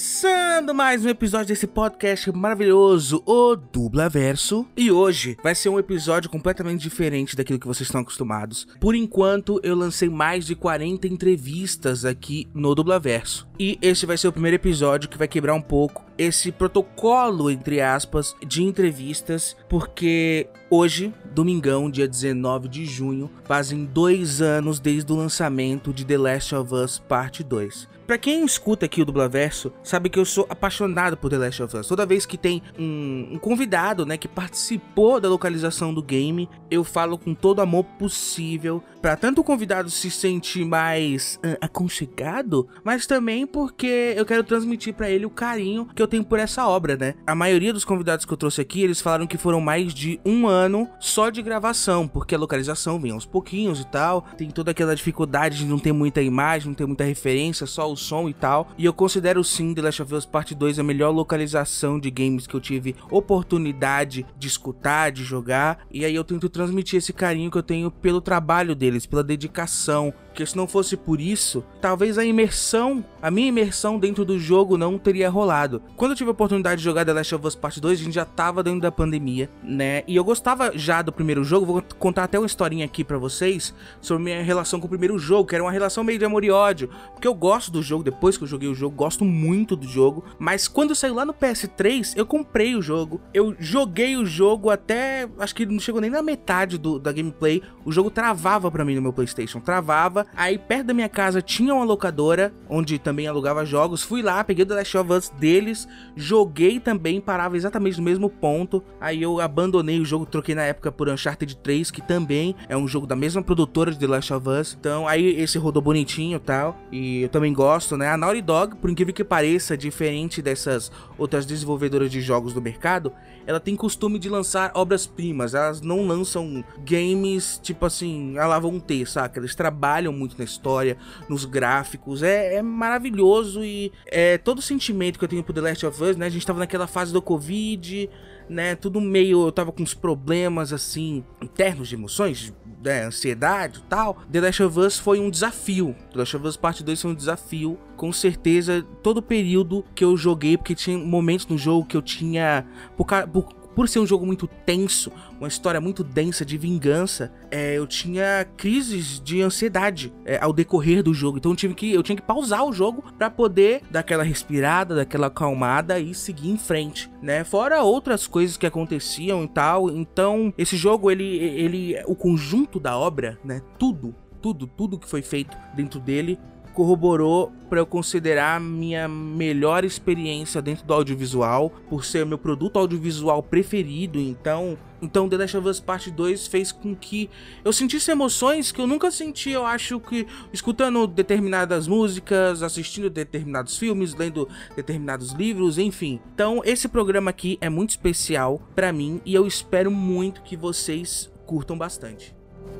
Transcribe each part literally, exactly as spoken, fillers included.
Começando mais um episódio desse podcast maravilhoso, o Dublaverso. E hoje vai ser um episódio completamente diferente daquilo que vocês estão acostumados. Por enquanto, eu lancei mais de quarenta entrevistas aqui no Dublaverso. E esse vai ser o primeiro episódio que vai quebrar um pouco esse protocolo, entre aspas, de entrevistas, porque hoje, domingão, dia dezenove de junho, fazem dois anos desde o lançamento de The Last of Us Parte dois. Pra quem escuta aqui o Dublaverso, sabe que eu sou apaixonado por The Last of Us. Toda vez que tem um, um convidado, né, que participou da localização do game, eu falo com todo o amor possível, pra tanto o convidado se sentir mais uh, aconchegado, mas também porque eu quero transmitir pra ele o carinho que eu tenho por essa obra, né? A maioria dos convidados que eu trouxe aqui, eles falaram que foram mais de um ano só de gravação, porque a localização vem aos pouquinhos e tal, tem toda aquela dificuldade de não ter muita imagem, não ter muita referência, só o som e tal, e eu considero sim The Last of Us Parte dois a melhor localização de games que eu tive oportunidade de escutar, de jogar, e aí eu tento transmitir esse carinho que eu tenho pelo trabalho deles, pela dedicação, porque se não fosse por isso, talvez a imersão, a minha imersão dentro do jogo não teria rolado. Quando eu tive a oportunidade de jogar The Last of Us Parte dois, a gente já tava dentro da pandemia, né, e eu gostava já do primeiro jogo. Vou contar até uma historinha aqui pra vocês sobre minha relação com o primeiro jogo, que era uma relação meio de amor e ódio, porque eu gosto do jogo, depois que eu joguei o jogo, gosto muito do jogo, mas quando saiu lá no P S três, eu comprei o jogo, eu joguei o jogo até, acho que não chegou nem na metade do, da gameplay, o jogo travava pra mim no meu PlayStation, travava. Aí perto da minha casa tinha uma locadora, onde também alugava jogos, fui lá, peguei o The Last of Us deles, joguei também, parava exatamente no mesmo ponto, aí eu abandonei o jogo, troquei na época por Uncharted três, que também é um jogo da mesma produtora de The Last of Us, então aí esse rodou bonitinho e tal, e eu também gosto, né? A Naughty Dog, por incrível que pareça, diferente dessas outras desenvolvedoras de jogos do mercado, ela tem costume de lançar obras-primas, elas não lançam games tipo assim, a lá vão ter, saca? Eles trabalham muito na história, nos gráficos, é, é maravilhoso, e é todo o sentimento que eu tenho pro The Last of Us, né? A gente tava naquela fase do Covid, né? Tudo meio, eu tava com uns problemas assim, internos de emoções, né? Ansiedade e tal. The Last of Us foi um desafio. The Last of Us Parte dois foi um desafio, com certeza, todo o período que eu joguei, porque tinha momentos no jogo que eu tinha, por, por, por ser um jogo muito tenso, uma história muito densa de vingança, é, eu tinha crises de ansiedade é, ao decorrer do jogo, então eu, tive que, eu tinha que pausar o jogo pra poder dar aquela respirada, daquela acalmada e seguir em frente, né? Fora outras coisas que aconteciam e tal. Então esse jogo, ele, ele, o conjunto da obra, né? Tudo, tudo, tudo que foi feito dentro dele corroborou para eu considerar minha melhor experiência dentro do audiovisual, por ser meu produto audiovisual preferido. Então, então The Last of Us Parte dois fez com que eu sentisse emoções que eu nunca senti, eu acho, que escutando determinadas músicas, assistindo determinados filmes, lendo determinados livros, enfim. Então, esse programa aqui é muito especial para mim e eu espero muito que vocês curtam bastante.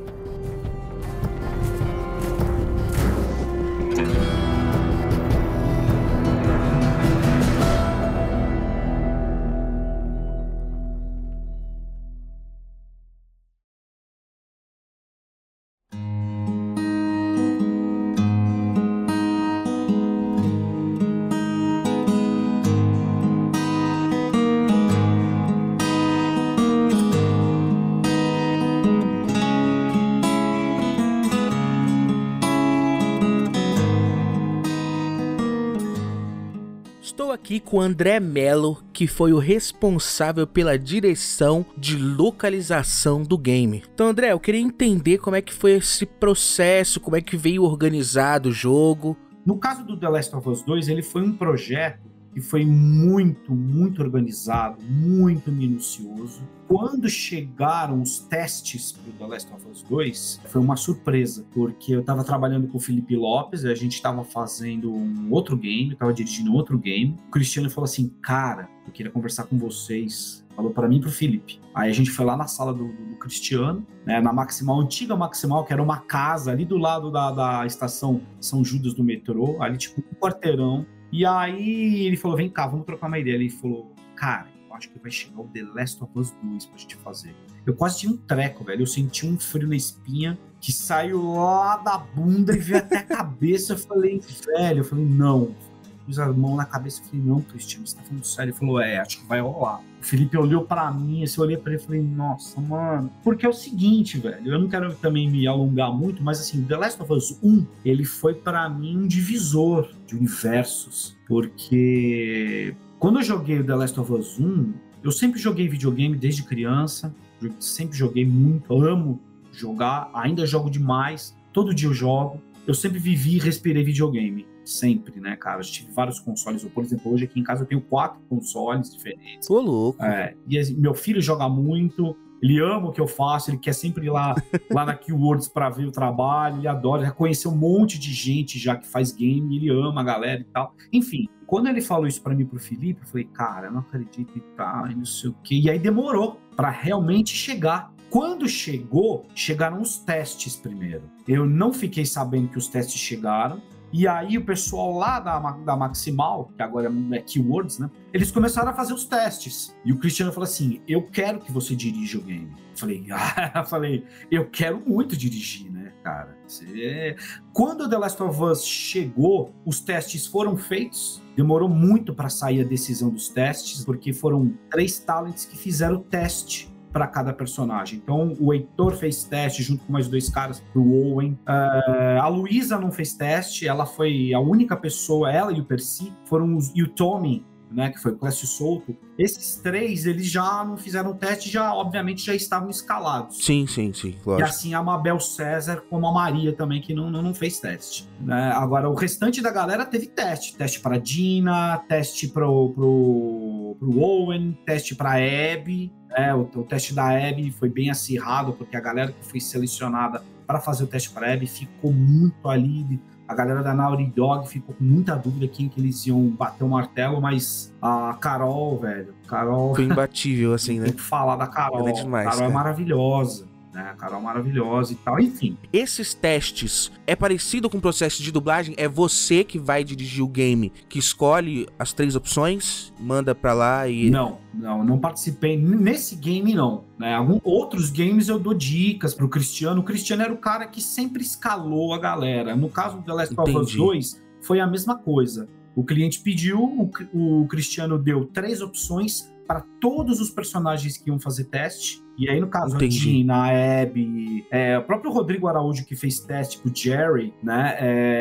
Estou aqui com o André Mello, que foi o responsável pela direção de localização do game. Então, André, eu queria entender como é que foi esse processo, como é que veio organizado o jogo. No caso do The Last of Us dois, ele foi um projeto que foi muito, muito organizado, muito minucioso. Quando chegaram os testes para o The Last of Us dois, foi uma surpresa, porque eu estava trabalhando com o Felipe Lopes, a gente estava fazendo um outro game, estava dirigindo outro game. O Cristiano falou assim, cara, eu queria conversar com vocês. Falou para mim e pro Felipe. Aí a gente foi lá na sala do, do, do Cristiano, né, na Maximal, antiga Maximal, que era uma casa ali do lado da, da estação São Judas do metrô, ali tipo um quarteirão. E aí ele falou, vem cá, vamos trocar uma ideia. Ele falou, cara, eu acho que vai chegar o The Last of Us dois pra gente fazer. Eu quase tinha um treco, velho. Eu senti um frio na espinha que saiu lá da bunda e veio até a cabeça. Eu falei, velho, eu falei, não. pus a mão na cabeça e falei, não, Cristiano, você tá falando sério? Ele falou, é, acho que vai rolar. O Felipe olhou pra mim, assim, eu olhei pra ele e falei, nossa, mano. Porque é o seguinte, velho, eu não quero também me alongar muito, mas assim, The Last of Us um, ele foi pra mim um divisor de universos. Porque quando eu joguei o The Last of Us um, eu sempre joguei videogame desde criança, sempre joguei muito, amo jogar, ainda jogo demais, todo dia eu jogo. Eu sempre vivi e respirei videogame. Sempre, né, cara? Eu tive vários consoles. Por exemplo, hoje aqui em casa eu tenho quatro consoles diferentes. Ô, louco. É, e meu filho joga muito, ele ama o que eu faço, ele quer sempre ir lá, lá na Keywords pra ver o trabalho, ele adora, já conheceu um monte de gente já que faz game, ele ama a galera e tal. Enfim, quando ele falou isso pra mim e pro Felipe, eu falei, cara, eu não acredito e tal, e não sei o quê. E aí demorou pra realmente chegar. Quando chegou, chegaram os testes primeiro. Eu não fiquei sabendo que os testes chegaram. E aí o pessoal lá da, da Maximal, que agora é Keywords, né? Eles começaram a fazer os testes. E o Cristiano falou assim, eu quero que você dirija o game. Eu falei, ah, falei, eu quero muito dirigir, né, cara? Você... Quando The Last of Us chegou, os testes foram feitos. Demorou muito para sair a decisão dos testes, porque foram três talents que fizeram o teste para cada personagem. Então, o Heitor fez teste junto com mais dois caras pro Owen. Uh, a Luísa não fez teste, ela foi a única pessoa, ela e o Percy, foram os, e o Tommy, né, que foi o Clécio Souto. Esses três, eles já não fizeram teste, já, obviamente, já estavam escalados. Sim, sim, sim, lógico. E assim, a Mabel César, como a Maria também, que não, não, não fez teste. Né? Agora, o restante da galera teve teste. Teste para Dina, teste pro, pro, pro Owen, teste para Abby. É, o, o teste da Abby foi bem acirrado, porque a galera que foi selecionada para fazer o teste para Abby ficou muito ali. A galera da Naughty Dog ficou com muita dúvida quem que eles iam bater o martelo, mas a Carol, velho, Carol... Foi imbatível, assim, né? Tem que falar da Carol. É demais, Carol cara. é maravilhosa. Né? A Carol é maravilhosa e tal, enfim. Esses testes é parecido com o processo de dublagem? É você que vai dirigir o game, que escolhe as três opções, manda pra lá e... Não, não, não participei. Nesse game, não. Né? Alguns outros games eu dou dicas pro Cristiano. O Cristiano era o cara que sempre escalou a galera. No caso do The Last of Us dois, foi a mesma coisa. O cliente pediu, o, o Cristiano deu três opções para todos os personagens que iam fazer teste. E aí, no caso, Entendi. a Dina, a Abby, é, o próprio Rodrigo Araújo, que fez teste, o Jerry, né,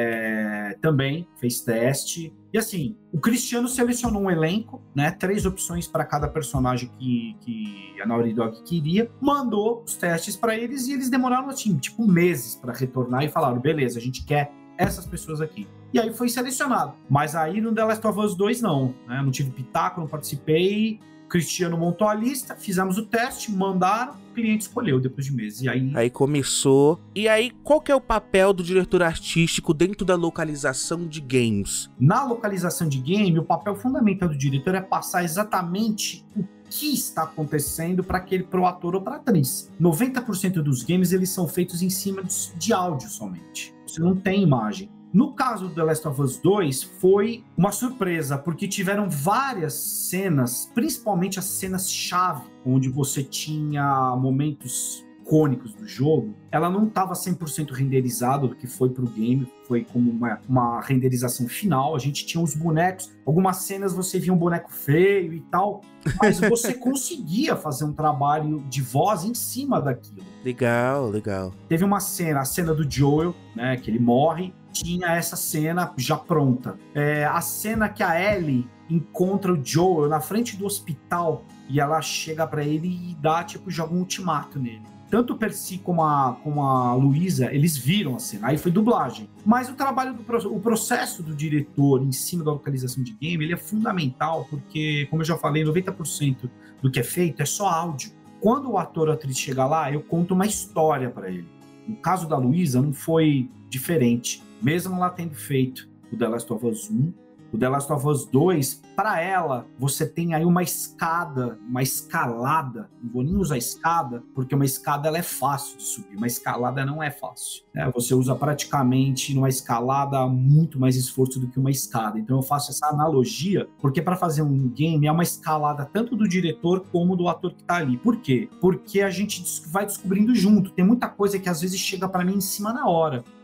é, também fez teste. E assim, o Cristiano selecionou um elenco, né, três opções para cada personagem que, que a Naughty Dog queria, mandou os testes para eles e eles demoraram, assim, tipo, meses para retornar e falaram, beleza, a gente quer essas pessoas aqui. E aí foi selecionado. Mas aí no The Last of Us dois, não. Né? Não tive pitaco, não participei. O Cristiano montou a lista, fizemos o teste, mandaram, o cliente escolheu depois de meses. E aí... Aí começou. E aí, qual que é o papel do diretor artístico dentro da localização de games? Na localização de game, o papel fundamental do diretor é passar exatamente o que está acontecendo para aquele pro ator ou para atriz. noventa por cento dos games eles são feitos em cima de áudio somente. Você não tem imagem. No caso do The Last of Us dois, foi uma surpresa, porque tiveram várias cenas, principalmente as cenas-chave, onde você tinha momentos icônicos do jogo. Ela não estava cem por cento renderizada do que foi pro game, foi como uma, uma renderização final. A gente tinha os bonecos, algumas cenas você via um boneco feio e tal, mas você conseguia fazer um trabalho de voz em cima daquilo. Legal, legal. Teve uma cena, a cena do Joel, né, que ele morre, tinha essa cena já pronta. É, a cena que a Ellie encontra o Joel na frente do hospital e ela chega pra ele e dá, tipo, joga um ultimato nele. Tanto o Percy como a, como a Luísa, eles viram a cena, aí foi dublagem. Mas o trabalho, do o processo do diretor em cima da localização de game, ele é fundamental, porque, como eu já falei, noventa por cento do que é feito é só áudio. Quando o ator ou atriz chega lá, eu conto uma história para ele. No caso da Luísa, não foi diferente. Mesmo ela tendo feito o The Last of Us um, o The Last of Us dois, para ela, você tem aí uma escada, uma escalada. Não vou nem usar escada, porque uma escada ela é fácil de subir, uma escalada não é fácil. Né? Você usa praticamente numa escalada muito mais esforço do que uma escada. Então eu faço essa analogia, porque para fazer um game é uma escalada tanto do diretor como do ator que está ali. Por quê? Porque a gente vai descobrindo junto. Tem muita coisa que às vezes chega para mim em cima na hora.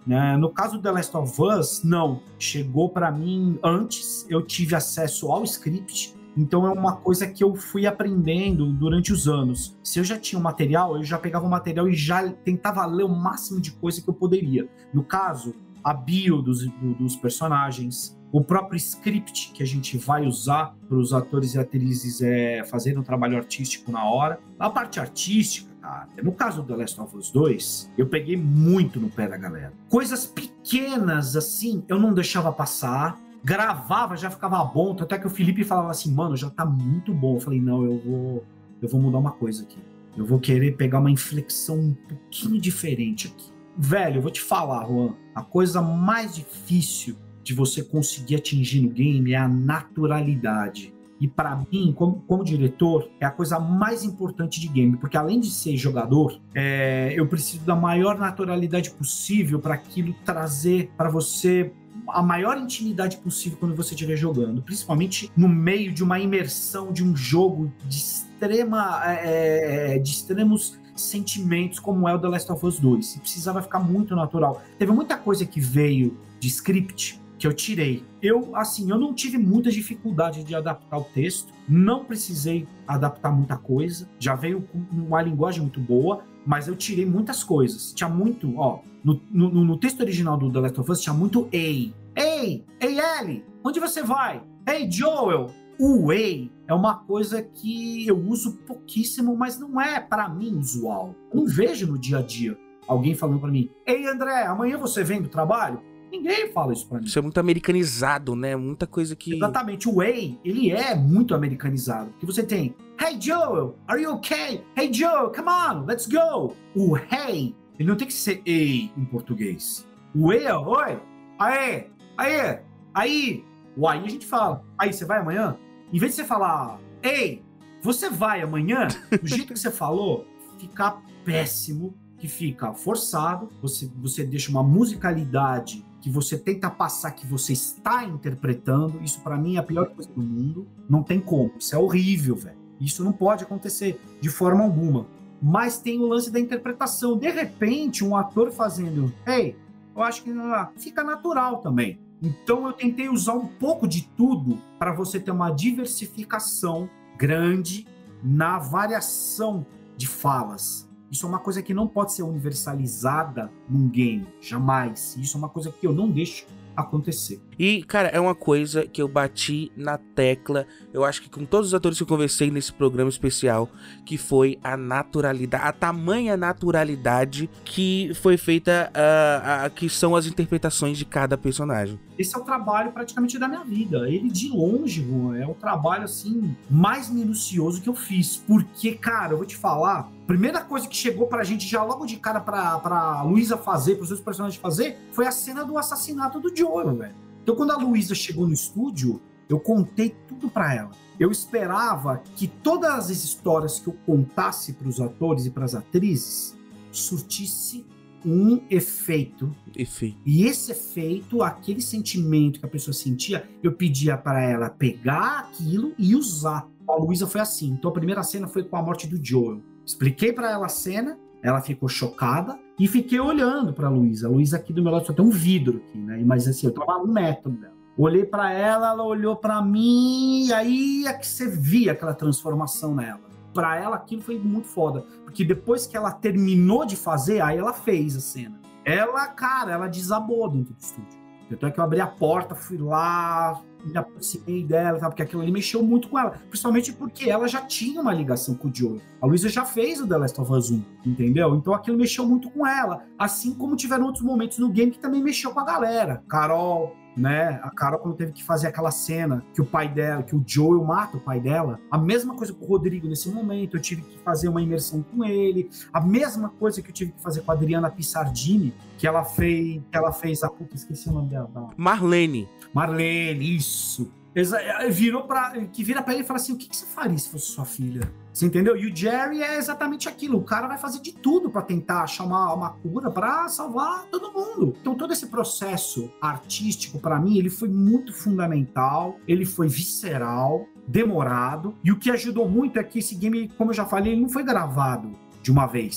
né? No caso do The Last of Us, não. Chegou para mim antes, eu tive acesso ao script, então é uma coisa que eu fui aprendendo durante os anos. Se eu já tinha o material, eu já pegava o material e já tentava ler o máximo de coisa que eu poderia. No caso, a bio dos, do, dos personagens, o próprio script que a gente vai usar para os atores e atrizes é, fazerem um trabalho artístico na hora. A parte artística, cara, no caso do The Last of Us dois, eu peguei muito no pé da galera. Coisas pequenas, assim, eu não deixava passar. Gravava, já ficava bom. Até que o Felipe falava assim, mano, já tá muito bom. Eu falei, não, eu vou, eu vou mudar uma coisa aqui. Eu vou querer pegar uma inflexão um pouquinho diferente aqui. Velho, eu vou te falar, Juan, a coisa mais difícil de você conseguir atingir no game é a naturalidade. E para mim, como, como diretor, é a coisa mais importante de game, porque além de ser jogador, é, eu preciso da maior naturalidade possível para aquilo trazer para você a maior intimidade possível quando você estiver jogando, principalmente no meio de uma imersão de um jogo de extrema, é, de extremos sentimentos como é o The Last of Us dois. E precisava ficar muito natural. Teve muita coisa que veio de script que eu tirei. Eu, assim, eu não tive muita dificuldade de adaptar o texto, não precisei adaptar muita coisa, já veio com uma linguagem muito boa, mas eu tirei muitas coisas. Tinha muito, ó, no, no, no texto original do The Last of Us tinha muito ei. Ei, ei Ellie, onde você vai? Ei Joel. O ei é uma coisa que eu uso pouquíssimo, mas não é para mim usual. Eu não vejo no dia a dia alguém falando para mim, ei André, amanhã você vem do trabalho? Ninguém fala isso pra mim. Isso é muito americanizado, né? Muita coisa que... Exatamente. O Way, ele é muito americanizado. Porque você tem, hey Joel, are you okay? Hey Joel, come on, let's go. O hey, ele não tem que ser ei em português. O ei é oi, aê, aê, aí. O aí a gente fala, aí você vai amanhã? Em vez de você falar, ei, você vai amanhã? Do jeito que você falou, fica péssimo, que fica forçado, você, você deixa uma musicalidade que você tenta passar que você está interpretando. Isso pra mim é a pior coisa do mundo. Não tem como. Isso é horrível, velho. Isso não pode acontecer de forma alguma. Mas tem o lance da interpretação. De repente, um ator fazendo, hey, eu acho que fica natural também. Então eu tentei usar um pouco de tudo para você ter uma diversificação grande na variação de falas. Isso é uma coisa que não pode ser universalizada num game, jamais. Isso é uma coisa que eu não deixo acontecer. E, cara, é uma coisa que eu bati na tecla, eu acho que com todos os atores que eu conversei nesse programa especial, que foi a naturalidade, a tamanha naturalidade que foi feita, uh, uh, que são as interpretações de cada personagem. Esse é o trabalho praticamente da minha vida. Ele, de longe, Juan, é o trabalho, assim, mais minucioso que eu fiz. Porque, cara, eu vou te falar, a primeira coisa que chegou pra gente já logo de cara pra, pra Luísa fazer, pros seus personagens fazer, foi a cena do assassinato do Joel, velho. Então, quando a Luísa chegou no estúdio, eu contei tudo pra ela. Eu esperava que todas as histórias que eu contasse pros atores e pras atrizes surtisse um efeito. Efeito. E esse efeito, aquele sentimento que a pessoa sentia, eu pedia para ela pegar aquilo e usar. A Luísa foi assim. Então a primeira cena foi com a morte do Joel. Expliquei para ela a cena, ela ficou chocada e fiquei olhando para a Luísa. A Luísa aqui do meu lado só tem um vidro aqui, né? Mas assim, eu tava a um metro dela. Olhei para ela, ela olhou para mim, e aí é que você via aquela transformação nela. Pra ela aquilo foi muito foda, porque depois que ela terminou de fazer, aí ela fez a cena. Ela, cara, ela desabou dentro do estúdio. Tanto é que eu abri a porta, fui lá, me aproximei dela, sabe? Porque aquilo ali mexeu muito com ela, principalmente porque ela já tinha uma ligação com o Joel. A Luísa já fez o The Last of Us um, entendeu? Então aquilo mexeu muito com ela, assim como tiveram outros momentos no game que também mexeu com a galera. Carol, né? A Carol, quando teve que fazer aquela cena que o pai dela, que o Joel mata o pai dela, a mesma coisa com o Rodrigo nesse momento, eu tive que fazer uma imersão com ele, a mesma coisa que eu tive que fazer com a Adriana Pissardini, que ela fez, que ela fez a puta, esqueci o nome dela. Marlene. Marlene, isso. Virou pra, que vira pra ele e fala assim, o que, que você faria se fosse sua filha? Você entendeu? E o Jerry é exatamente aquilo. O cara vai fazer de tudo pra tentar achar uma, uma cura pra salvar todo mundo. Então todo esse processo artístico, pra mim, ele foi muito fundamental, ele foi visceral, demorado. E o que ajudou muito é que esse game, como eu já falei, ele não foi gravado de uma vez.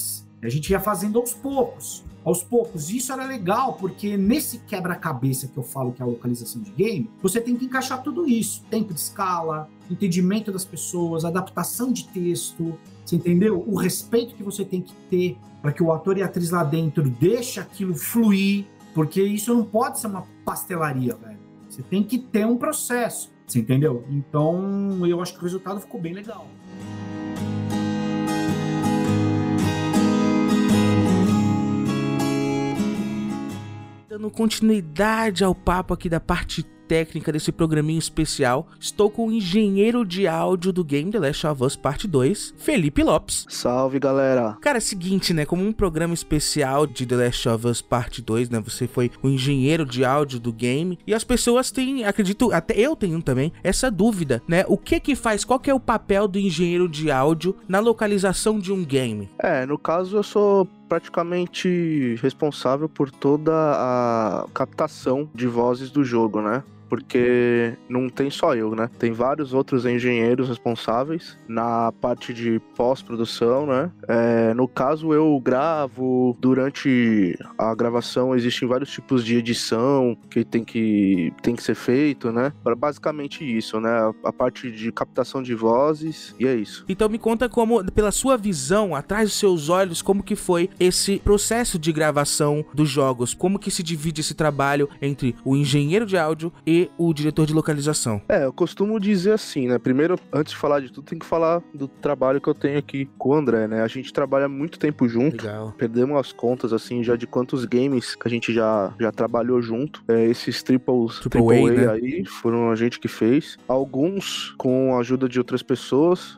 A gente ia fazendo aos poucos. Aos poucos. Isso era legal, porque nesse quebra-cabeça que eu falo que é a localização de game, você tem que encaixar tudo isso. Tempo de escala, entendimento das pessoas, adaptação de texto, você entendeu? O respeito que você tem que ter para que o ator e a atriz lá dentro deixe aquilo fluir, porque isso não pode ser uma pastelaria, velho. Você tem que ter um processo, você entendeu? Então, eu acho que o resultado ficou bem legal. Dando continuidade ao papo aqui da parte técnica desse programinho especial, estou com o engenheiro de áudio do game The Last of Us Parte dois, Felipe Lopes. Salve, galera! Cara, é o seguinte, né, como um programa especial de The Last of Us Parte dois, né, você foi o engenheiro de áudio do game, e as pessoas têm, acredito, até eu tenho também, essa dúvida, né, o que que faz, qual que é o papel do engenheiro de áudio na localização de um game? É, no caso eu sou praticamente responsável por toda a captação de vozes do jogo, né? Porque não tem só eu, né? Tem vários outros engenheiros responsáveis na parte de pós-produção, né? É, no caso, eu gravo, durante a gravação existem vários tipos de edição que tem que, tem que ser feito, né? Basicamente isso, né? A, a parte de captação de vozes, e é isso. Então me conta como, pela sua visão, atrás dos seus olhos, como que foi esse processo de gravação dos jogos? Como que se divide esse trabalho entre o engenheiro de áudio e o diretor de localização? É, eu costumo dizer assim, né? Primeiro, antes de falar de tudo, tem que falar do trabalho que eu tenho aqui com o André, né? A gente trabalha muito tempo junto. Legal. Perdemos as contas, assim, já de quantos games que a gente já, já trabalhou junto. É, esses triples, Triple triple A, A, né? aí foram a gente que fez. Alguns com a ajuda de outras pessoas,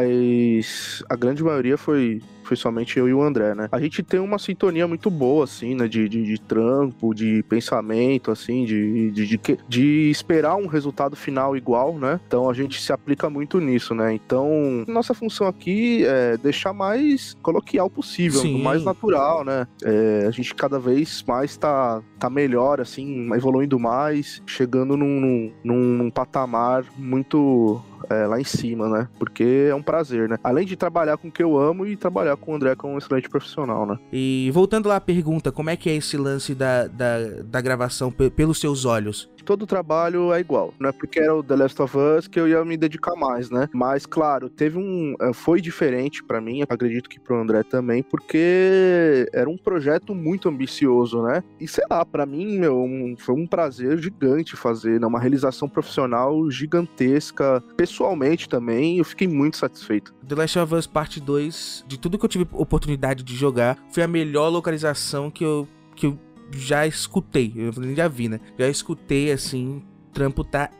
mas a grande maioria foi... foi somente eu e o André, né? A gente tem uma sintonia muito boa, assim, né? De, de, de trampo, de pensamento, assim, de, de, de, de esperar um resultado final igual, né? Então a gente se aplica muito nisso, né? Então, nossa função aqui é deixar mais coloquial possível, Sim. mais natural, né? É, a gente cada vez mais tá, tá melhor, assim, evoluindo mais, chegando num, num, num patamar muito... É, lá em cima, né? Porque é um prazer, né? Além de trabalhar com o que eu amo e trabalhar com o André como um excelente profissional, né? E voltando lá à pergunta, como é que é esse lance da, da, da gravação pe- pelos seus olhos? Todo trabalho é igual, não é porque era o The Last of Us que eu ia me dedicar mais, né? Mas, claro, teve um... foi diferente pra mim, acredito que pro André também, porque era um projeto muito ambicioso, né? E, sei lá, pra mim, meu, um, foi um prazer gigante fazer, né? Uma realização profissional gigantesca. Pessoalmente também, eu fiquei muito satisfeito. The Last of Us Parte dois, de tudo que eu tive oportunidade de jogar, foi a melhor localização que eu, que eu já escutei. Eu já vi, né? Já escutei, assim, o trampo tá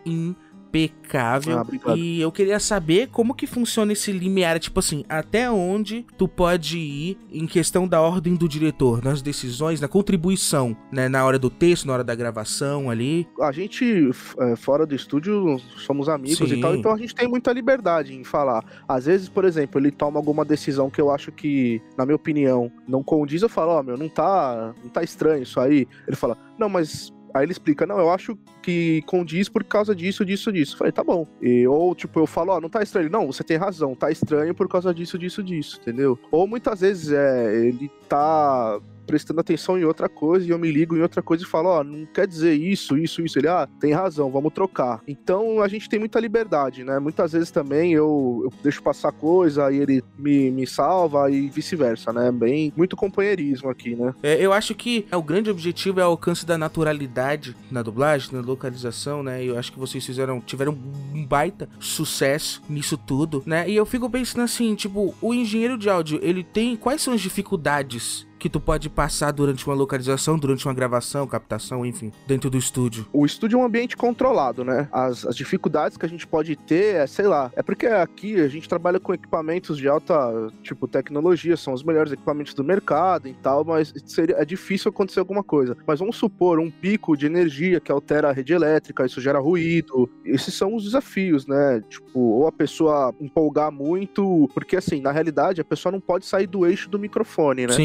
impecável. Ah, e eu queria saber como que funciona esse limiar, tipo assim, até onde tu pode ir em questão da ordem do diretor, nas decisões, na contribuição, né? Na hora do texto, na hora da gravação ali. A gente, é, fora do estúdio, somos amigos Sim. e tal, então a gente tem muita liberdade em falar. Às vezes, por exemplo, ele toma alguma decisão que eu acho que, na minha opinião, não condiz, eu falo, ó, oh, meu, não tá, não tá estranho isso aí. Ele fala, não, mas... Aí ele explica, não, eu acho que condiz por causa disso, disso, disso. Eu falei, tá bom. E, ou, tipo, eu falo, ó, oh, não tá estranho. Não, você tem razão, tá estranho por causa disso, disso, disso, entendeu? Ou muitas vezes, é, ele tá... prestando atenção em outra coisa e eu me ligo em outra coisa e falo, ó, oh, não quer dizer isso, isso, isso. Ele, ah, tem razão, vamos trocar. Então a gente tem muita liberdade, né? Muitas vezes também eu, eu deixo passar coisa e ele me, me salva e vice-versa, né? Bem, muito companheirismo aqui, né? É, eu acho que o grande objetivo é o alcance da naturalidade na dublagem, na localização, né? E eu acho que vocês fizeram, tiveram um baita sucesso nisso tudo, né? E eu fico pensando assim, tipo, o engenheiro de áudio, ele tem... Quais são as dificuldades que tu pode passar durante uma localização, durante uma gravação, captação, enfim, dentro do estúdio? O estúdio é um ambiente controlado, né? As, as dificuldades que a gente pode ter é, sei lá, é porque aqui a gente trabalha com equipamentos de alta, tipo, tecnologia, são os melhores equipamentos do mercado e tal, mas seria, é difícil acontecer alguma coisa. Mas vamos supor um pico de energia que altera a rede elétrica, isso gera ruído. Esses são os desafios, né? Tipo, ou a pessoa empolgar muito, porque assim, na realidade, a pessoa não pode sair do eixo do microfone, né? Sim, sim.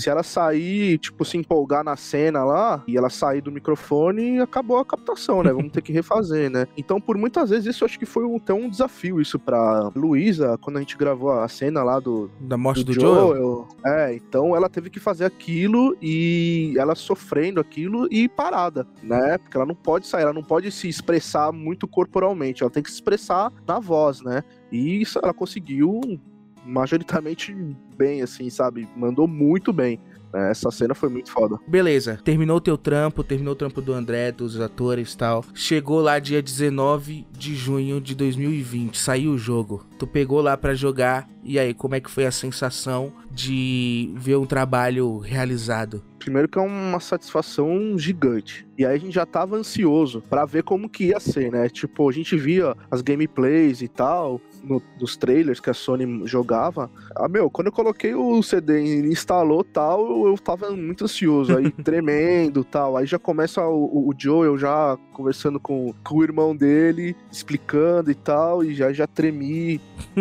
Se ela sair, tipo, se empolgar na cena lá, e ela sair do microfone, acabou a captação, né? Vamos ter que refazer, né? Então, por muitas vezes, isso eu acho que foi um, até um desafio, isso pra Luísa, quando a gente gravou a cena lá do... Da morte do, do Joel. Joel? É, então ela teve que fazer aquilo e ela sofrendo aquilo e parada, né? Porque ela não pode sair, ela não pode se expressar muito corporalmente, ela tem que se expressar na voz, né? E isso ela conseguiu majoritariamente bem, assim, sabe? Mandou muito bem. Essa cena foi muito foda. Beleza, terminou o teu trampo, terminou o trampo do André, dos atores e tal. Chegou lá dia dezenove de junho de dois mil e vinte, saiu o jogo. Tu pegou lá pra jogar, e aí, como é que foi a sensação de ver um trabalho realizado? Primeiro que é uma satisfação gigante. E aí a gente já tava ansioso pra ver como que ia ser, né? Tipo, a gente via as gameplays e tal, no, dos trailers que a Sony jogava. Ah, meu, quando eu coloquei o C D e instalou tal, eu, eu tava muito ansioso, aí tremendo tal. Aí já começa o, o Joel já conversando com, com o irmão dele, explicando e tal, e já, já tremi.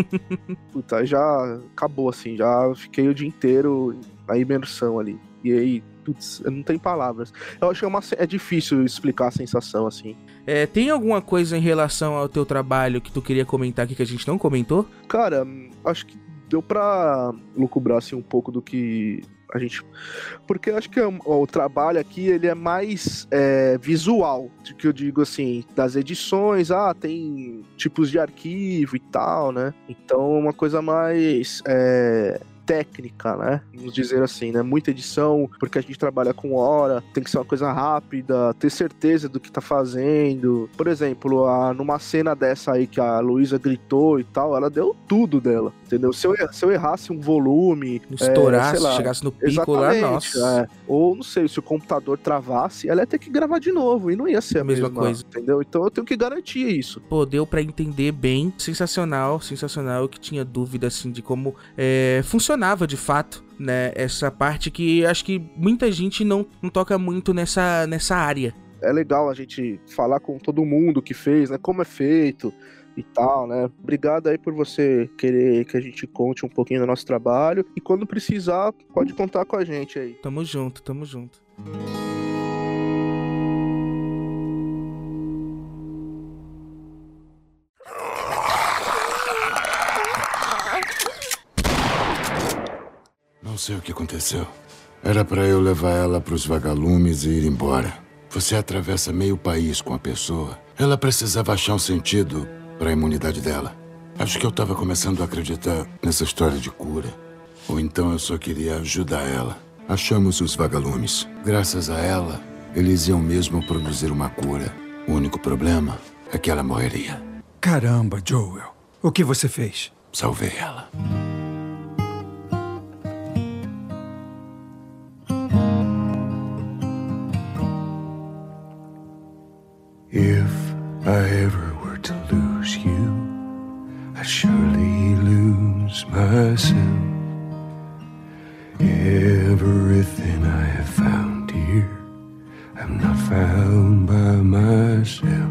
Puta, aí já acabou, assim, já fiquei o dia inteiro na imersão ali. E aí, putz, não tem palavras. Eu acho que é, uma, é difícil explicar a sensação, assim. É, tem alguma coisa em relação ao teu trabalho que tu queria comentar aqui que a gente não comentou? Cara, acho que deu pra lucubrar, assim, um pouco do que a gente... Porque eu acho que o, o trabalho aqui, ele é mais é, visual, do que eu digo, assim, das edições, ah, tem tipos de arquivo e tal, né? Então, uma coisa mais... É... técnica, né? Vamos dizer assim, né? Muita edição, porque a gente trabalha com hora, tem que ser uma coisa rápida, ter certeza do que tá fazendo. Por exemplo, a, numa cena dessa aí que a Luísa gritou e tal, ela deu tudo dela, entendeu? Se eu, se eu errasse um volume... Estourasse, é, sei lá, chegasse no pico lá, nossa. É. Ou, não sei, se o computador travasse, ela ia ter que gravar de novo, e não ia ser a, a mesma, mesma coisa, entendeu? Então eu tenho que garantir isso. Pô, deu pra entender bem, sensacional, sensacional, eu que tinha dúvida, assim, de como é, funcionava de fato, né, essa parte que acho que muita gente não, não toca muito nessa, nessa área. É legal a gente falar com todo mundo que fez, né, como é feito e tal, né. Obrigado aí por você querer que a gente conte um pouquinho do nosso trabalho, e quando precisar, pode contar com a gente aí. Tamo junto, tamo junto. Não sei o que aconteceu. Era pra eu levar ela pros vagalumes e ir embora. Você atravessa meio país com a pessoa. Ela precisava achar um sentido para a imunidade dela. Acho que eu tava começando a acreditar nessa história de cura. Ou então eu só queria ajudar ela. Achamos os vagalumes. Graças a ela, eles iam mesmo produzir uma cura. O único problema é que ela morreria. Caramba, Joel. O que você fez? Salvei ela. If I ever were to lose you, I'd surely lose myself. Everything I have found here, I'm not found by myself.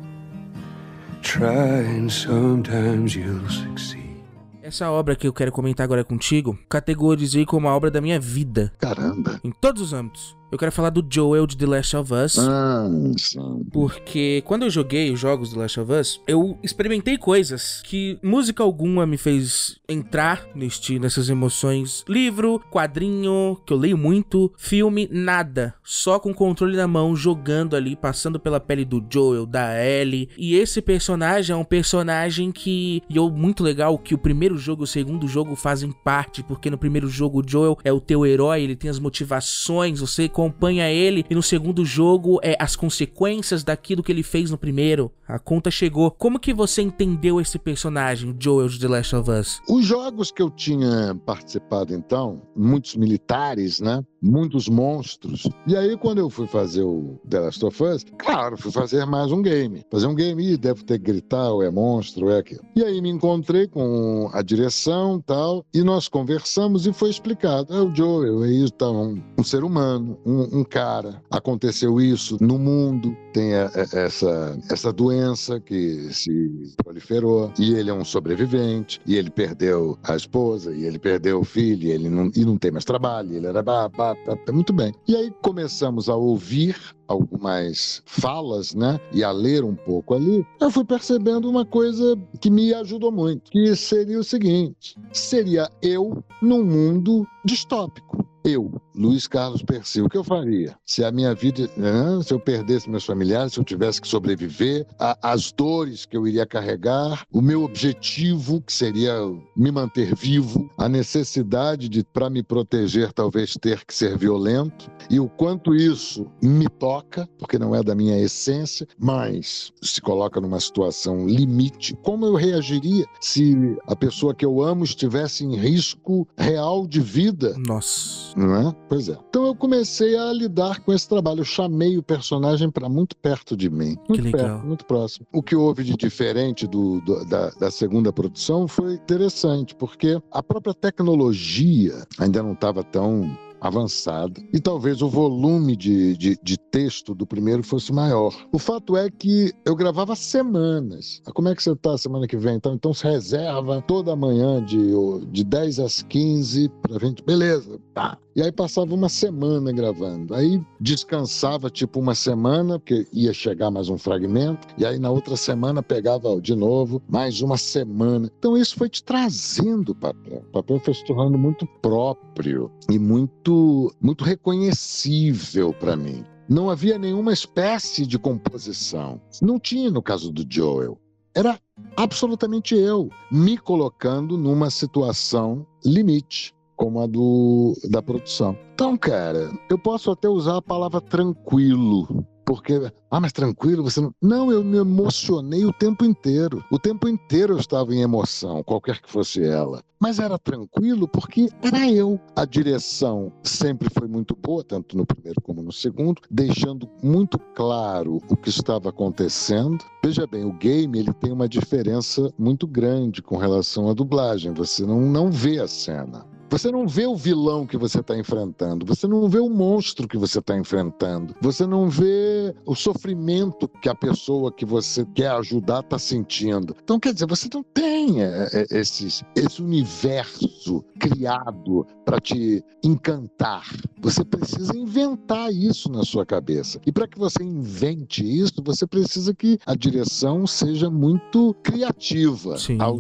Try and sometimes you'll succeed. Essa obra que eu quero comentar agora contigo, categorizei como a obra da minha vida. Caramba. Em todos os âmbitos. Eu quero falar do Joel de The Last of Us. Ah, sim. Porque quando eu joguei os jogos do Last of Us, eu experimentei coisas que música alguma me fez entrar neste, nessas emoções. Livro, quadrinho, que eu leio muito, filme, nada. Só com o controle na mão, jogando ali, passando pela pele do Joel, da Ellie. E esse personagem é um personagem que... E eu, muito legal que o primeiro jogo e o segundo jogo fazem parte, porque no primeiro jogo o Joel é o teu herói, ele tem as motivações, você acompanha ele, e no segundo jogo é as consequências daquilo que ele fez no primeiro. A conta chegou. Como que você entendeu esse personagem, o Joel de The Last of Us? Os jogos que eu tinha participado, então, muitos militares, né? Muitos monstros. E aí, quando eu fui fazer o The Last of Us, claro, fui fazer mais um game. Fazer um game, e deve ter que gritar, ou é monstro, ou é aquilo. E aí me encontrei com a direção e tal, e nós conversamos e foi explicado. É o Joel, é isso, tá, um, um ser humano. um, um cara, aconteceu isso no mundo, tem a, a, essa, essa doença que se proliferou, e ele é um sobrevivente, e ele perdeu a esposa, e ele perdeu o filho, e ele não, e não tem mais trabalho, e ele era... Bah, bah, bah, muito bem. E aí começamos a ouvir algumas falas, né, e a ler um pouco ali, eu fui percebendo uma coisa que me ajudou muito, que seria o seguinte: seria eu num mundo distópico. Eu, Luiz Carlos Percy, o que eu faria? Se a minha vida, né, se eu perdesse meus familiares, se eu tivesse que sobreviver, a, as dores que eu iria carregar, o meu objetivo, que seria me manter vivo, a necessidade de, para me proteger, talvez ter que ser violento, e o quanto isso me toca, porque não é da minha essência, mas se coloca numa situação limite, como eu reagiria se a pessoa que eu amo estivesse em risco real de vida? Nossa. Não é? Pois é. Então eu comecei a lidar com esse trabalho. Eu chamei o personagem para muito perto de mim. Muito Que legal. perto, muito próximo. O que houve de diferente do, do, da, da segunda produção foi interessante, porque a própria tecnologia ainda não estava tão avançada, e talvez o volume de, de, de texto do primeiro fosse maior. O fato é que eu gravava semanas. Como é que você está semana que vem? Então, então se reserva toda manhã de, de dez às quinze para vinte. Beleza, tá. E aí passava uma semana gravando. Aí descansava tipo uma semana, porque ia chegar mais um fragmento, e aí na outra semana pegava de novo mais uma semana. Então isso foi te trazendo o papel. O papel foi se tornando muito próprio e muito, muito reconhecível para mim. Não havia nenhuma espécie de composição. Não tinha no caso do Joel. Era absolutamente eu, me colocando numa situação limite, como a do, da produção. Então, cara, eu posso até usar a palavra tranquilo, porque, ah, mas tranquilo, você não... Não, eu me emocionei o tempo inteiro. O tempo inteiro eu estava em emoção, qualquer que fosse ela. Mas era tranquilo porque era eu. A direção sempre foi muito boa, tanto no primeiro como no segundo, deixando muito claro o que estava acontecendo. Veja bem, o game ele tem uma diferença muito grande com relação à dublagem. Você não, não vê a cena. Você não vê o vilão que você está enfrentando, você não vê o monstro que você está enfrentando, você não vê o sofrimento que a pessoa que você quer ajudar está sentindo. Então, quer dizer, você não tem esse, esse universo criado para te encantar. Você precisa inventar isso na sua cabeça. E para que você invente isso, você precisa que a direção seja muito criativa. Sim. Ao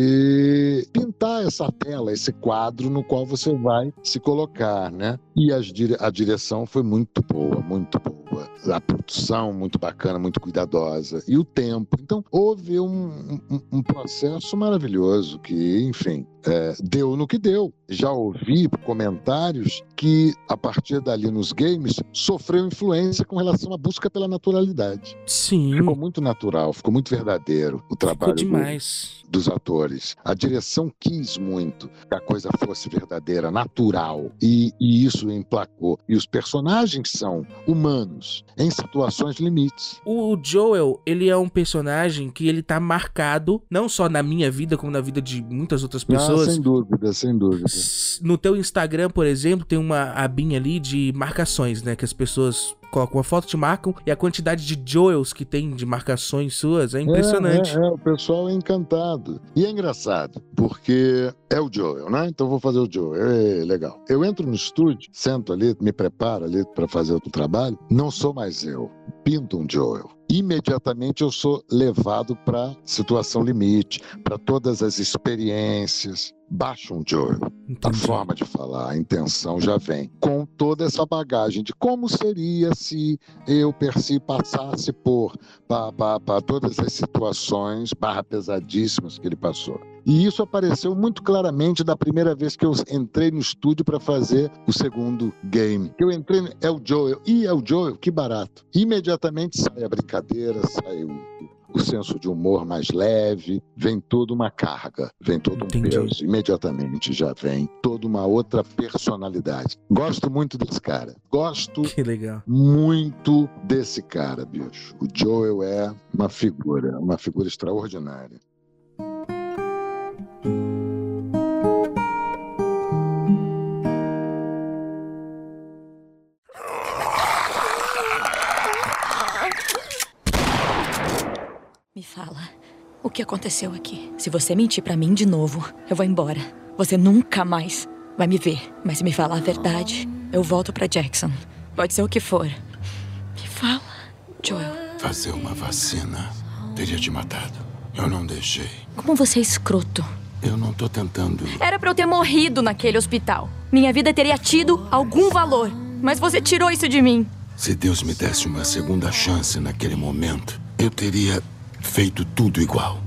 te pintar essa tela, esse quadro no qual você vai se colocar, né? E as, a direção foi muito boa, muito boa. A produção muito bacana, muito cuidadosa. E o tempo. Então, houve um, um, um processo maravilhoso que, enfim, é, deu no que deu. Já ouvi comentários que, a partir dali nos games, sofreu influência com relação à busca pela naturalidade. Sim. Ficou muito natural, ficou muito verdadeiro o trabalho ficou demais. Do, dos atores. A direção quis muito que a coisa fosse verdadeira, natural, e, e isso emplacou. E os personagens são humanos, em situações limites. O Joel, ele é um personagem que ele tá marcado, não só na minha vida, como na vida de muitas outras pessoas. Ah, sem dúvida, sem dúvida. No teu Instagram, por exemplo, tem uma abinha ali de marcações, né? Que as pessoas colocam uma foto, te marcam, e a quantidade de Joels que tem de marcações suas é impressionante. É, é, é, o pessoal é encantado. E é engraçado, porque é o Joel, né? Então eu vou fazer o Joel. É legal. Eu entro no estúdio, sento ali, me preparo ali para fazer o trabalho, não sou mais eu. Pinto um Joel. Imediatamente eu sou levado para situação limite, para todas as experiências. Baixa um Joel. Entendi. A forma de falar, a intenção já vem. Com toda essa bagagem de como seria se eu, Percy, passasse por pá, pá, pá, todas as situações barra pesadíssimas que ele passou. E isso apareceu muito claramente da primeira vez que eu entrei no estúdio para fazer o segundo game. Eu entrei, é o Joel. E é o Joel, que barato. Imediatamente sai a brincadeira, sai o, o senso de humor mais leve, vem toda uma carga, vem todo um Entendi. peso. Imediatamente já vem toda uma outra personalidade. Gosto muito desse cara. Gosto que legal. muito desse cara, bicho. O Joel é uma figura, uma figura extraordinária. Me fala, o que aconteceu aqui? Se você mentir pra mim de novo, eu vou embora. Você nunca mais vai me ver. Mas se me falar a verdade, eu volto pra Jackson. Pode ser o que for. Me fala, Joel. Fazer uma vacina teria te matado. Eu não deixei. Como você é escroto. Eu não tô tentando... Era pra eu ter morrido naquele hospital. Minha vida teria tido algum valor. Mas você tirou isso de mim. Se Deus me desse uma segunda chance naquele momento, eu teria feito tudo igual.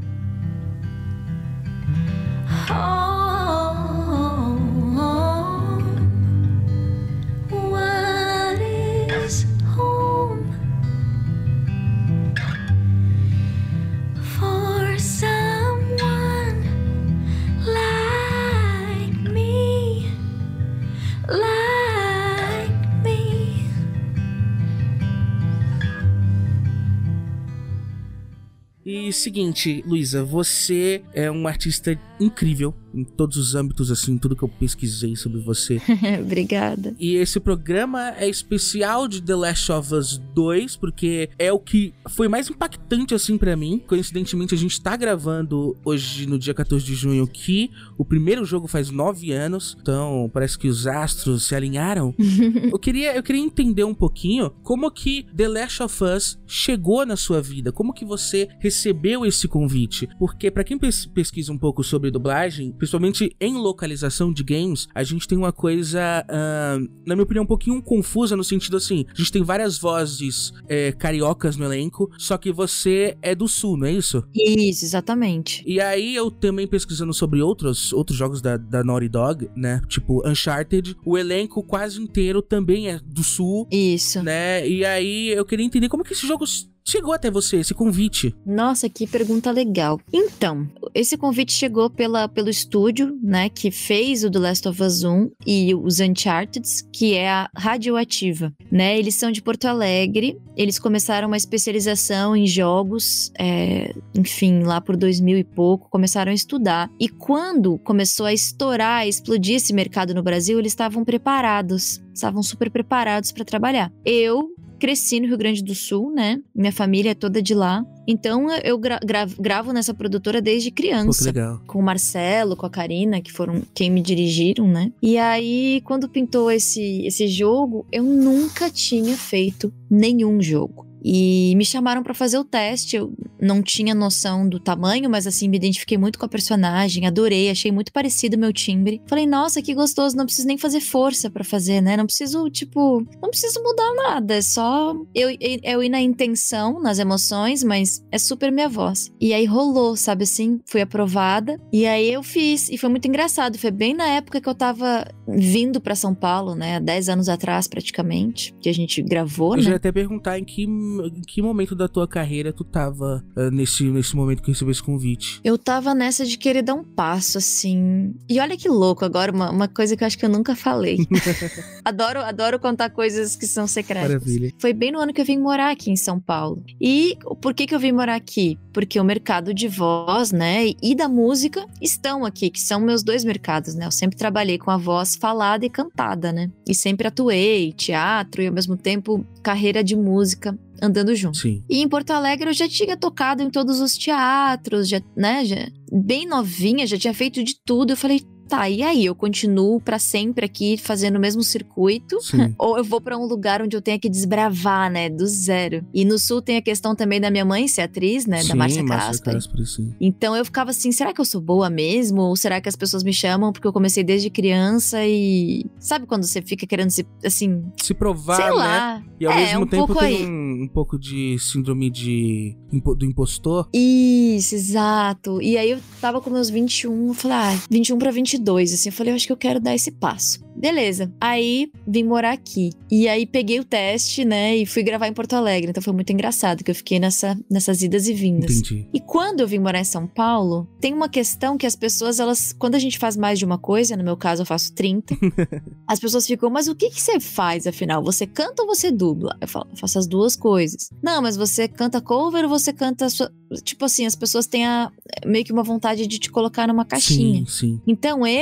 E seguinte, Luísa, você é uma artista incrível em todos os âmbitos, assim, tudo que eu pesquisei sobre você. Obrigada. E esse programa é especial de The Last of Us dois, porque é o que foi mais impactante, assim, pra mim. Coincidentemente, a gente tá gravando hoje, no dia quatorze de junho, que o primeiro jogo faz nove anos, então parece que os astros se alinharam. eu, queria, eu queria entender um pouquinho como que The Last of Us chegou na sua vida, como que você recebeu esse convite, porque pra quem pes- pesquisa um pouco sobre dublagem, principalmente em localização de games, a gente tem uma coisa, uh, na minha opinião, um pouquinho confusa, no sentido assim, a gente tem várias vozes é, cariocas no elenco, só que você é do sul, não é isso? Isso, exatamente. E aí eu também pesquisando sobre outros, outros jogos da, da Naughty Dog, né, tipo Uncharted, o elenco quase inteiro também é do sul. Isso. Né, e aí eu queria entender como que esse jogo chegou até você, esse convite. Nossa, que pergunta legal. Então, esse convite chegou pela, pelo estúdio, né, que fez o The Last of Us um e os Uncharted, que é a Radioativa, né? Eles são de Porto Alegre, eles começaram uma especialização em jogos, é, enfim, lá por dois mil e pouco, começaram a estudar. E quando começou a estourar, a explodir esse mercado no Brasil, eles estavam preparados, estavam super preparados para trabalhar. Eu cresci no Rio Grande do Sul, né? Minha família é toda de lá. Então eu gra- gra- gravo nessa produtora desde criança. Pô, que legal. Com o Marcelo, com a Karina, que foram quem me dirigiram, né? E aí, quando pintou esse, esse jogo, eu nunca tinha feito nenhum jogo. E me chamaram pra fazer o teste, eu não tinha noção do tamanho, mas assim, me identifiquei muito com a personagem, adorei, achei muito parecido o meu timbre. Falei, nossa, que gostoso, não preciso nem fazer força pra fazer, né? Não preciso, tipo, não preciso mudar nada, é só eu, eu ir na intenção, nas emoções, mas é super minha voz. E aí rolou, sabe assim? Fui aprovada, e aí eu fiz, e foi muito engraçado, foi bem na época que eu tava vindo pra São Paulo, né? Há dez anos atrás, praticamente, que a gente gravou, eu né? já ia até perguntar em que em que momento da tua carreira tu tava uh, nesse, nesse momento que recebeu esse convite? Eu tava nessa de querer dar um passo, assim. E olha que louco agora, uma, uma coisa que eu acho que eu nunca falei. adoro, adoro contar coisas que são secretas. Maravilha. Foi bem no ano que eu vim morar aqui em São Paulo. E por que que eu vim morar aqui? Porque o mercado de voz, né, e da música estão aqui, que são meus dois mercados, né? Eu sempre trabalhei com a voz falada e cantada, né? E sempre atuei, teatro e ao mesmo tempo carreira de música andando junto. Sim. E em Porto Alegre eu já tinha tocado em todos os teatros, já, né, já, bem novinha, já tinha feito de tudo. Eu falei, tá, e aí? Eu continuo pra sempre aqui fazendo o mesmo circuito? Ou eu vou pra um lugar onde eu tenha que desbravar, né, do zero? E no Sul tem a questão também da minha mãe ser atriz, né, sim, da Márcia Casper. Casper. Então eu ficava assim, será que eu sou boa mesmo? Ou será que as pessoas me chamam porque eu comecei desde criança e... Sabe quando você fica querendo se, assim... Se provar, sei né? lá. E ao é, mesmo um tempo pouco tem aí. um, um pouco de síndrome de, do impostor. Isso, exato. E aí eu tava com meus vinte e um, eu falei, ah, vinte e um pra vinte e dois, assim, eu falei, eu acho que eu quero dar esse passo. Beleza. Aí vim morar aqui. E aí peguei o teste, né, e fui gravar em Porto Alegre. Então foi muito engraçado que eu fiquei nessa, nessas idas e vindas. Entendi. E quando eu vim morar em São Paulo, tem uma questão que as pessoas, elas, quando a gente faz mais de uma coisa, no meu caso eu faço trinta, as pessoas ficam, mas o que que você faz, afinal? Você canta ou você dubla? Eu falo, eu faço as duas coisas. Não, mas você canta cover ou você canta a sua... Tipo assim, as pessoas têm a, meio que uma vontade de te colocar numa caixinha. Sim, sim. Então eu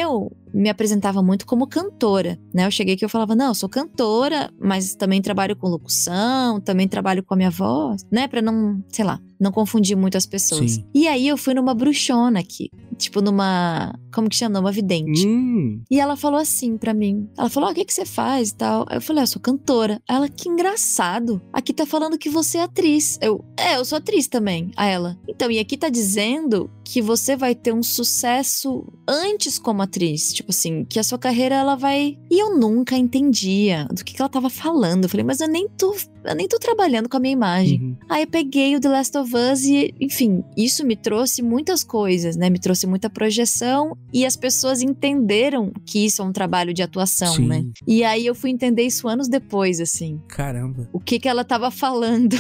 me apresentava muito como cantora, né? Eu cheguei aqui e eu falava, não, eu sou cantora, mas também trabalho com locução, também trabalho com a minha voz, né? Pra não, sei lá, não confundir muito as pessoas. Sim. E aí eu fui numa bruxona aqui, tipo numa, como que chama? Uma vidente. Hum. E ela falou assim pra mim, ela falou, ah, o que que você faz e tal? Aí eu falei, ah, eu sou cantora. Aí ela, que engraçado, aqui tá falando que você é atriz. Eu, é, eu sou atriz também. Aí ela, então, e aqui tá dizendo que você vai ter um sucesso antes como atriz, tipo assim, que a sua carreira ela vai... E eu nunca entendia do que que ela tava falando. Eu falei, mas eu nem tô, eu nem tô trabalhando com a minha imagem. Uhum. Aí eu peguei o The Last of Us e, enfim, isso me trouxe muitas coisas, né? Me trouxe muita projeção e as pessoas entenderam que isso é um trabalho de atuação, Sim. né? E aí eu fui entender isso anos depois, assim. Caramba. O que que ela tava falando.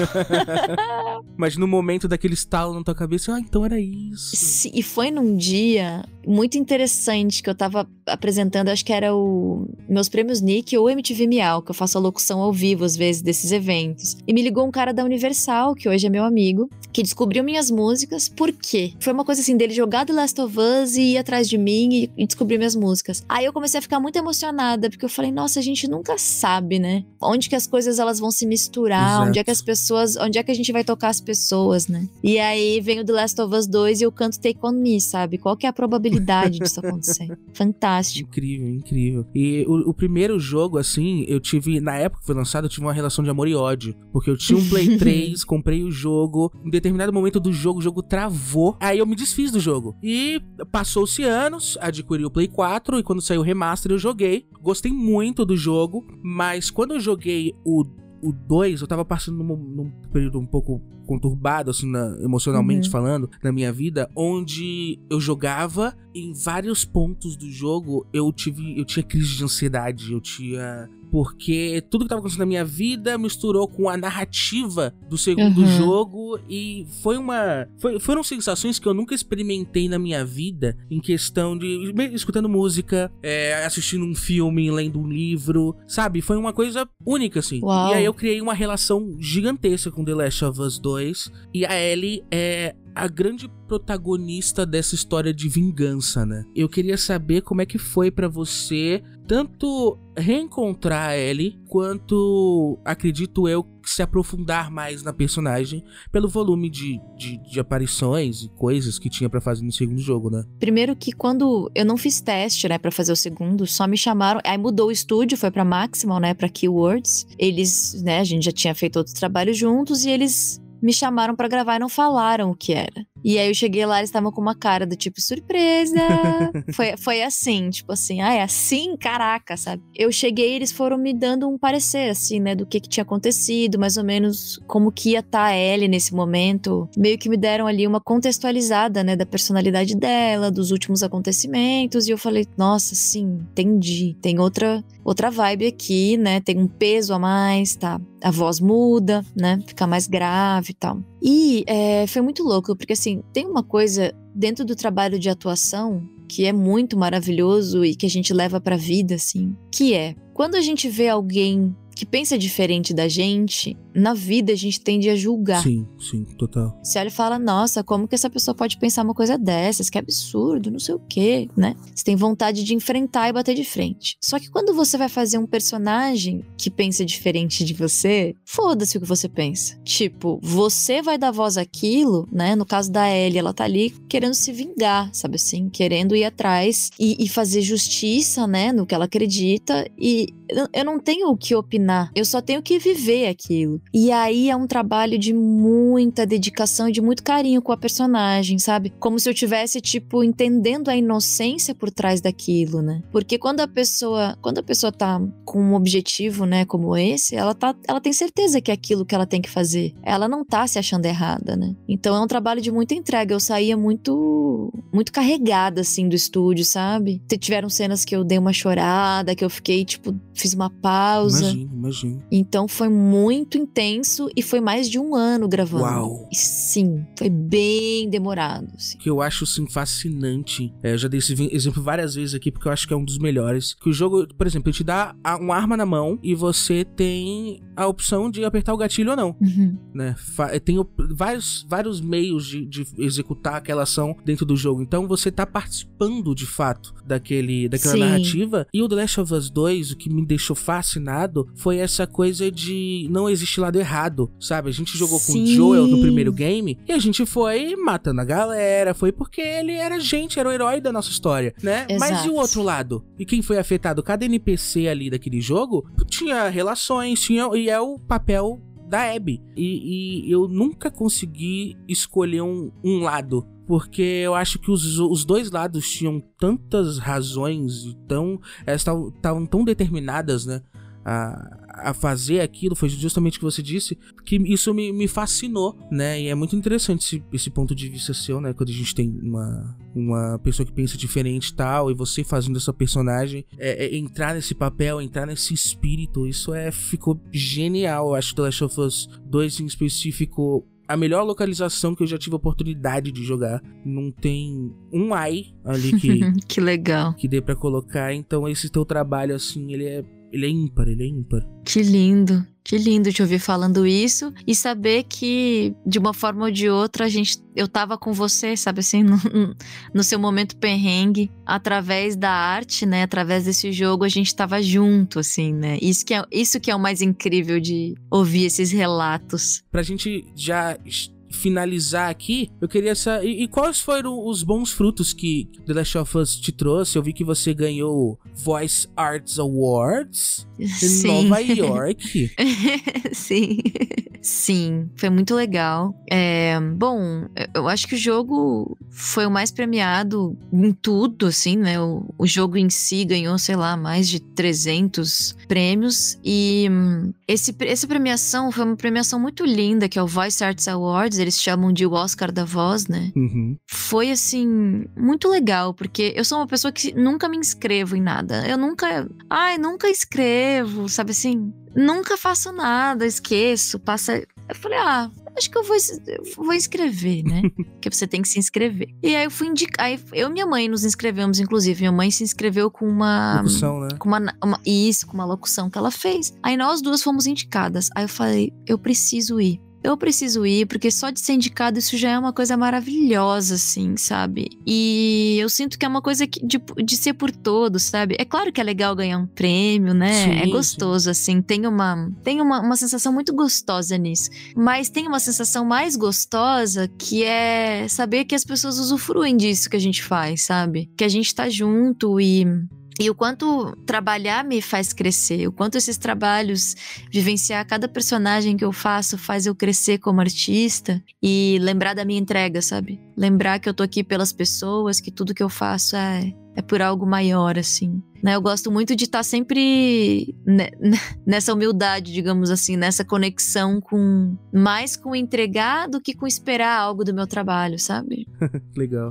Mas no momento daquele estalo na tua cabeça, ah, então era isso. Sim, e foi num dia muito interessante que eu tava apresentando, acho que era o meus prêmios Nick ou M T V Miau, que eu faço a locução ao vivo às vezes desses eventos. E me ligou um cara da Universal, que hoje é meu amigo, que descobriu minhas músicas. Por quê? Foi uma coisa assim, dele jogar The Last of Us e ir atrás de mim e, e descobrir minhas músicas. Aí eu comecei a ficar muito emocionada, porque eu falei, nossa, a gente nunca sabe, né? Onde que as coisas elas vão se misturar, Exato. onde é que as pessoas, onde é que a gente vai tocar as pessoas, né? E aí vem o The Last of Us dois e eu canto Take On Me, sabe? Qual que é a probabilidade disso acontecer? Fantástico. Incrível, incrível. E o, o primeiro jogo, assim, eu tive, na época que foi lançado, eu tive uma relação de amor e ódio. Porque eu tinha um Play três, comprei o jogo, em determinado momento do jogo, o jogo travou, aí eu me desfiz do jogo. E passou-se anos, adquiri o Play quatro, e quando saiu o remaster eu joguei. Gostei muito do jogo, mas quando eu joguei o O dois, eu tava passando num, num período um pouco conturbado, assim, na, emocionalmente uhum. falando, na minha vida, onde eu jogava, em vários pontos do jogo, eu tive, eu tinha crise de ansiedade, eu tinha... Porque tudo que tava acontecendo na minha vida misturou com a narrativa do segundo uhum. jogo e foi uma... Foi, foram sensações que eu nunca experimentei na minha vida em questão de... Escutando música, é, assistindo um filme, lendo um livro, sabe? Foi uma coisa única, assim. Uau. E aí eu criei uma relação gigantesca com The Last of Us dois e a Ellie é... a grande protagonista dessa história de vingança, né? Eu queria saber como é que foi pra você tanto reencontrar a Ellie, quanto, acredito eu, se aprofundar mais na personagem pelo volume de, de, de aparições e coisas que tinha pra fazer no segundo jogo, né? Primeiro que quando eu não fiz teste, né, pra fazer o segundo, só me chamaram, aí mudou o estúdio, foi pra Maximal, né, pra Keywords. Eles, né, a gente já tinha feito outros trabalhos juntos e eles me chamaram pra gravar e não falaram o que era. E aí eu cheguei lá, eles estavam com uma cara do tipo, surpresa! foi, foi assim, tipo assim, ah, é assim? Caraca, sabe? Eu cheguei e eles foram me dando um parecer, assim, né, do que que tinha acontecido, mais ou menos como que ia estar a Ellie nesse momento. Meio que me deram ali uma contextualizada, né, da personalidade dela, dos últimos acontecimentos, e eu falei, nossa, sim, entendi. Tem outra, outra vibe aqui, né, tem um peso a mais, tá? A voz muda, né, fica mais grave e tal. E é, foi muito louco, porque assim, tem uma coisa dentro do trabalho de atuação que é muito maravilhoso e que a gente leva pra vida, assim, que é, quando a gente vê alguém que pensa diferente da gente, na vida a gente tende a julgar. Sim, sim, total. Você olha e fala, nossa, como que essa pessoa pode pensar uma coisa dessas? Que absurdo, não sei o quê, né? Você tem vontade de enfrentar e bater de frente. Só que quando você vai fazer um personagem que pensa diferente de você, foda-se o que você pensa. Tipo, você vai dar voz àquilo, né? No caso da Ellie, ela tá ali querendo se vingar, sabe assim? Querendo ir atrás e, e fazer justiça, né? No que ela acredita. E eu não tenho o que opinar, eu só tenho que viver aquilo. E aí é um trabalho de muita dedicação e de muito carinho com a personagem, sabe? Como se eu tivesse, tipo, entendendo a inocência por trás daquilo, né? Porque quando a pessoa, quando a pessoa tá com um objetivo, né, como esse, ela, tá, ela tem certeza que é aquilo que ela tem que fazer. Ela não tá se achando errada, né? Então é um trabalho de muita entrega. Eu saía muito, muito carregada, assim, do estúdio, sabe? Tiveram cenas que eu dei uma chorada, que eu fiquei, tipo, fiz uma pausa. Imagina, imagino. Então foi muito intenso e foi mais de um ano gravando. Uau. E sim, foi bem demorado. Assim. Que eu acho, assim, fascinante. É, eu já dei esse exemplo várias vezes aqui, porque eu acho que é um dos melhores. Que o jogo, por exemplo, ele te dá uma arma na mão e você tem a opção de apertar o gatilho ou não. Uhum. Né? Tem vários, vários meios de, de executar aquela ação dentro do jogo. Então você tá participando, de fato, daquele, daquela Sim. narrativa. E o The Last of Us dois, o que me deixou fascinado foi essa coisa de não existe lado errado, sabe? A gente jogou Sim. com o Joel no primeiro game e a gente foi matando a galera, foi porque ele era gente, era o herói da nossa história, né? Exato. Mas e o outro lado? E quem foi afetado? Cada N P C ali daquele jogo tinha relações, tinha, e é o papel da Abby. E, e eu nunca consegui escolher um, um lado. Porque eu acho que os, os dois lados tinham tantas razões e tão, elas estavam tão determinadas, né? A, a fazer aquilo, foi justamente o que você disse, que isso me, me fascinou, né? E é muito interessante esse, esse ponto de vista seu, né? Quando a gente tem uma, uma pessoa que pensa diferente e tal, e você fazendo essa personagem, é, é entrar nesse papel, entrar nesse espírito, isso é, ficou genial. Eu acho que The Last of Us dois em específico, a melhor localização que eu já tive a oportunidade de jogar. Não tem um ai ali que... que legal. Que dê pra colocar. Então esse teu trabalho, assim, ele é Ele é ímpar, ele é ímpar. Que lindo, que lindo te ouvir falando isso e saber que, de uma forma ou de outra, a gente, eu tava com você, sabe assim, no, no seu momento perrengue, através da arte, né, através desse jogo, a gente tava junto, assim, né, isso que é, isso que é o mais incrível de ouvir esses relatos. Pra gente já finalizar aqui, eu queria saber, e, e quais foram os bons frutos que The Last of Us te trouxe? Eu vi que você ganhou Voice Arts Awards em Sim. Nova York. Sim, sim, foi muito legal. É, bom, eu acho que o jogo foi o mais premiado em tudo, assim, né? O, o jogo em si ganhou, sei lá, mais de trezentos prêmios e hum, esse, essa premiação foi uma premiação muito linda, que é o Voice Arts Awards. Eles chamam de Oscar da voz, né? Uhum. Foi, assim, muito legal, porque eu sou uma pessoa que nunca me inscrevo em nada. Eu nunca... Ai, nunca escrevo, sabe assim? Nunca faço nada, esqueço, passa... Eu falei, ah... Acho que eu vou, eu vou inscrever, né? Porque você tem que se inscrever. E aí eu fui indicar. Aí eu e minha mãe nos inscrevemos, inclusive. Minha mãe se inscreveu com uma. Locução, né? Com uma, uma, isso, com uma locução que ela fez. Aí nós duas fomos indicadas. Aí eu falei, eu preciso ir. Eu preciso ir, porque só de ser indicado isso já é uma coisa maravilhosa, assim, sabe? E eu sinto que é uma coisa que, de, de ser por todos, sabe? É claro que é legal ganhar um prêmio, né? Sim, é gostoso, sim. assim. Tem, uma, tem uma, uma sensação muito gostosa nisso. Mas tem uma sensação mais gostosa que é saber que as pessoas usufruem disso que a gente faz, sabe? Que a gente tá junto e... E o quanto trabalhar me faz crescer, o quanto esses trabalhos, vivenciar cada personagem que eu faço faz eu crescer como artista e lembrar da minha entrega, sabe? Lembrar que eu tô aqui pelas pessoas, que tudo que eu faço é, é por algo maior, assim. Né? Eu gosto muito de estar sempre nessa humildade, digamos assim, nessa conexão com mais com entregar do que com esperar algo do meu trabalho, sabe? Legal.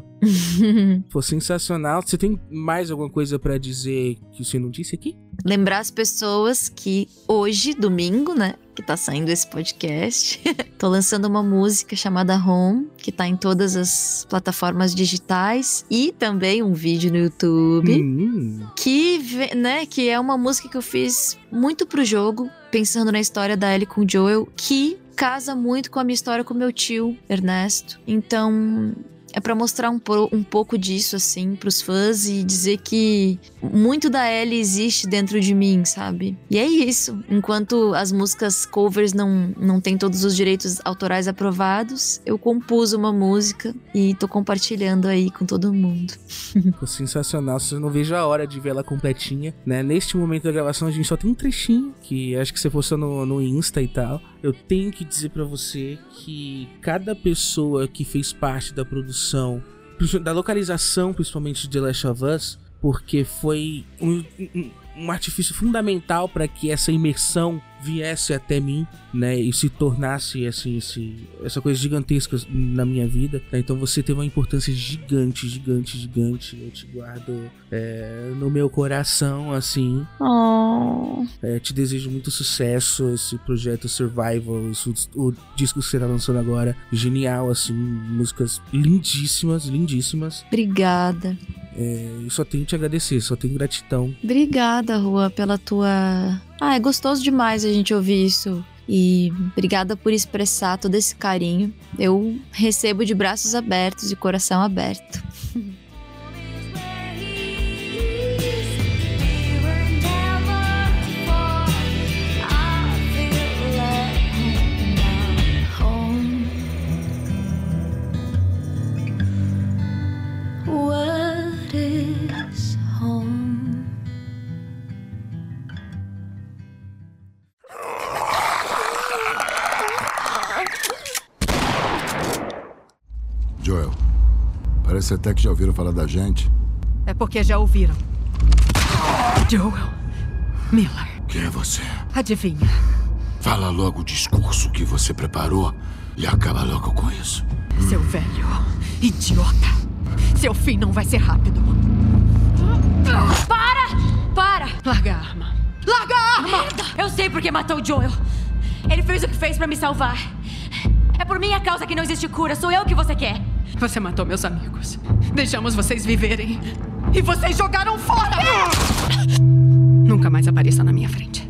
Foi sensacional. Você tem mais alguma coisa pra dizer que você não disse aqui? Lembrar as pessoas que hoje, domingo, né, que tá saindo esse podcast, tô lançando uma música chamada Home, que tá em todas as plataformas digitais e também um vídeo no YouTube, hum. que, né, que é uma música que eu fiz muito pro jogo, pensando na história da Ellie com o Joel, que casa muito com a minha história com meu tio, Ernesto. Então... é pra mostrar um, um pouco disso, assim, pros fãs e dizer que muito da Ellie existe dentro de mim, sabe? E é isso. Enquanto as músicas covers não, não têm todos os direitos autorais aprovados, eu compus uma música e tô compartilhando aí com todo mundo. Ficou sensacional. Eu não vejo a hora de ver ela completinha, né? Neste momento da gravação a gente só tem um trechinho, que acho que você postou no, no Insta e tal. Eu tenho que dizer pra você que cada pessoa que fez parte da produção, da localização principalmente de The Last of Us, porque foi um, um, um artifício fundamental para que essa imersão viesse até mim, né, e se tornasse assim, esse, essa coisa gigantesca na minha vida, né? Então você teve uma importância gigante, gigante, gigante. Eu te guardo é, no meu coração, assim. Oh. É, te desejo muito sucesso, esse projeto Survival, isso, o disco que você tá lançando agora, genial, assim, músicas lindíssimas, lindíssimas. Obrigada. É, eu só tenho que te agradecer, só tenho gratidão. Obrigada, Rua, pela tua... Ah, é gostoso demais a gente ouvir isso. E obrigada por expressar todo esse carinho. Eu recebo de braços abertos e coração aberto. Joel, parece até que já ouviram falar da gente. É porque já ouviram. Joel Miller. Quem é você? Adivinha? Fala logo o discurso que você preparou e acaba logo com isso. Seu velho idiota. Seu fim não vai ser rápido. Para! Para! Larga a arma. Larga a arma! Merda! Eu sei porque matou o Joel. Ele fez o que fez pra me salvar. É por minha causa que não existe cura. Sou eu que você quer. Você matou meus amigos. Deixamos vocês viverem. E vocês jogaram fora! Nunca mais apareça na minha frente.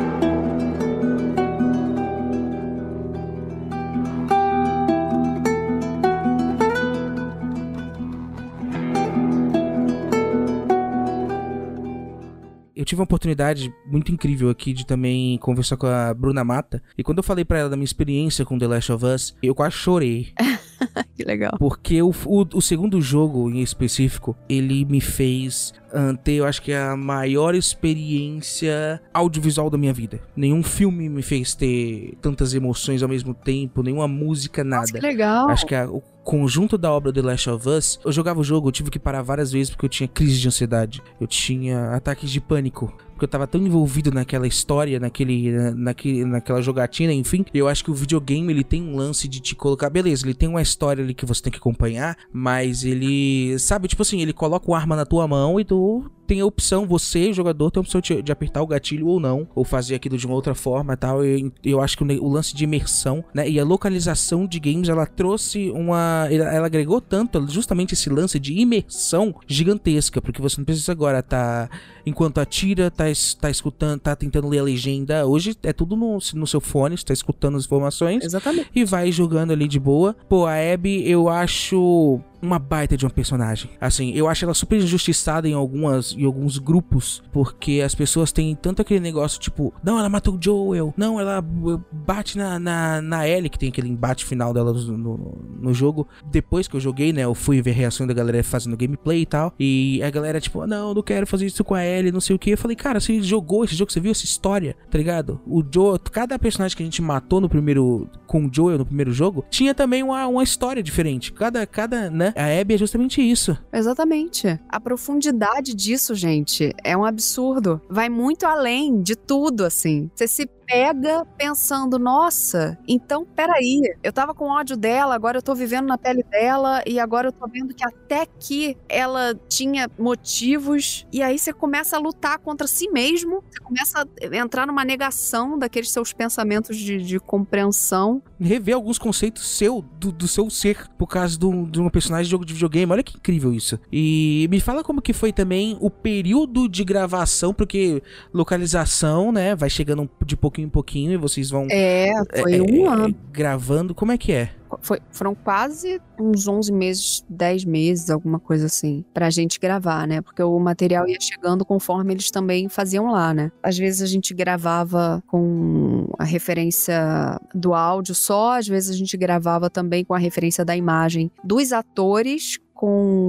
Eu tive uma oportunidade muito incrível aqui de também conversar com a Bruna Mata. E quando eu falei pra ela da minha experiência com The Last of Us, eu quase chorei. Que legal. Porque o, o, o segundo jogo, em específico, ele me fez uh, ter, eu acho que a maior experiência audiovisual da minha vida. Nenhum filme me fez ter tantas emoções ao mesmo tempo, nenhuma música, nada. Nossa, que legal. Acho que a, o conjunto da obra The Last of Us, eu jogava o jogo, eu tive que parar várias vezes porque eu tinha crise de ansiedade. Eu tinha ataques de pânico. Porque eu tava tão envolvido naquela história, naquele, naquele, naquela jogatina, enfim. Eu acho que o videogame, ele tem um lance de te colocar... Beleza, ele tem uma história ali que você tem que acompanhar, mas ele... Sabe, tipo assim, ele coloca uma arma na tua mão e tu tem a opção, você, jogador, tem a opção de, de apertar o gatilho ou não, ou fazer aquilo de uma outra forma e tal. Eu, eu acho que o, o lance de imersão, né, e a localização de games, ela trouxe uma... Ela, ela agregou tanto justamente esse lance de imersão gigantesca, porque você não precisa agora tá... Enquanto atira, tá, tá escutando, tá tentando ler a legenda. Hoje é tudo no, no seu fone, você tá escutando as informações. Exatamente. E vai jogando ali de boa. Pô, a Abby, eu acho uma baita de uma personagem. Assim, eu acho ela super injustiçada em algumas em alguns grupos, porque as pessoas têm tanto aquele negócio, tipo, não, ela matou o Joel, não, ela bate na, na, na Ellie, que tem aquele embate final dela no, no, no jogo. Depois que eu joguei, né, eu fui ver a reação da galera fazendo gameplay e tal, e a galera, tipo, não, não quero fazer isso com a Ellie, não sei o que. Eu falei, cara, você jogou esse jogo, você viu essa história, tá ligado? O Joel, cada personagem que a gente matou no primeiro, com o Joel no primeiro jogo, tinha também uma, uma história diferente. Cada, cada, né? A Abby é justamente isso. Exatamente. A profundidade disso, gente, é um absurdo. Vai muito além de tudo, assim. Você se pega pensando, nossa, então peraí, eu tava com ódio dela, agora eu tô vivendo na pele dela e agora eu tô vendo que até que ela tinha motivos, e aí você começa a lutar contra si mesmo, você começa a entrar numa negação daqueles seus pensamentos de, de compreensão. Rever alguns conceitos seu, do, do seu ser, por causa do, de uma personagem de jogo de videogame. Olha que incrível isso. E me fala como que foi também o período de gravação, porque localização, né, vai chegando de pouquinho em pouquinho e vocês vão... É, foi é, um ano. É, gravando. Como é que é? Foi, foram quase uns onze meses, dez meses, alguma coisa assim, pra gente gravar, né? Porque o material ia chegando conforme eles também faziam lá, né? Às vezes a gente gravava com a referência do áudio só, às vezes a gente gravava também com a referência da imagem dos atores, com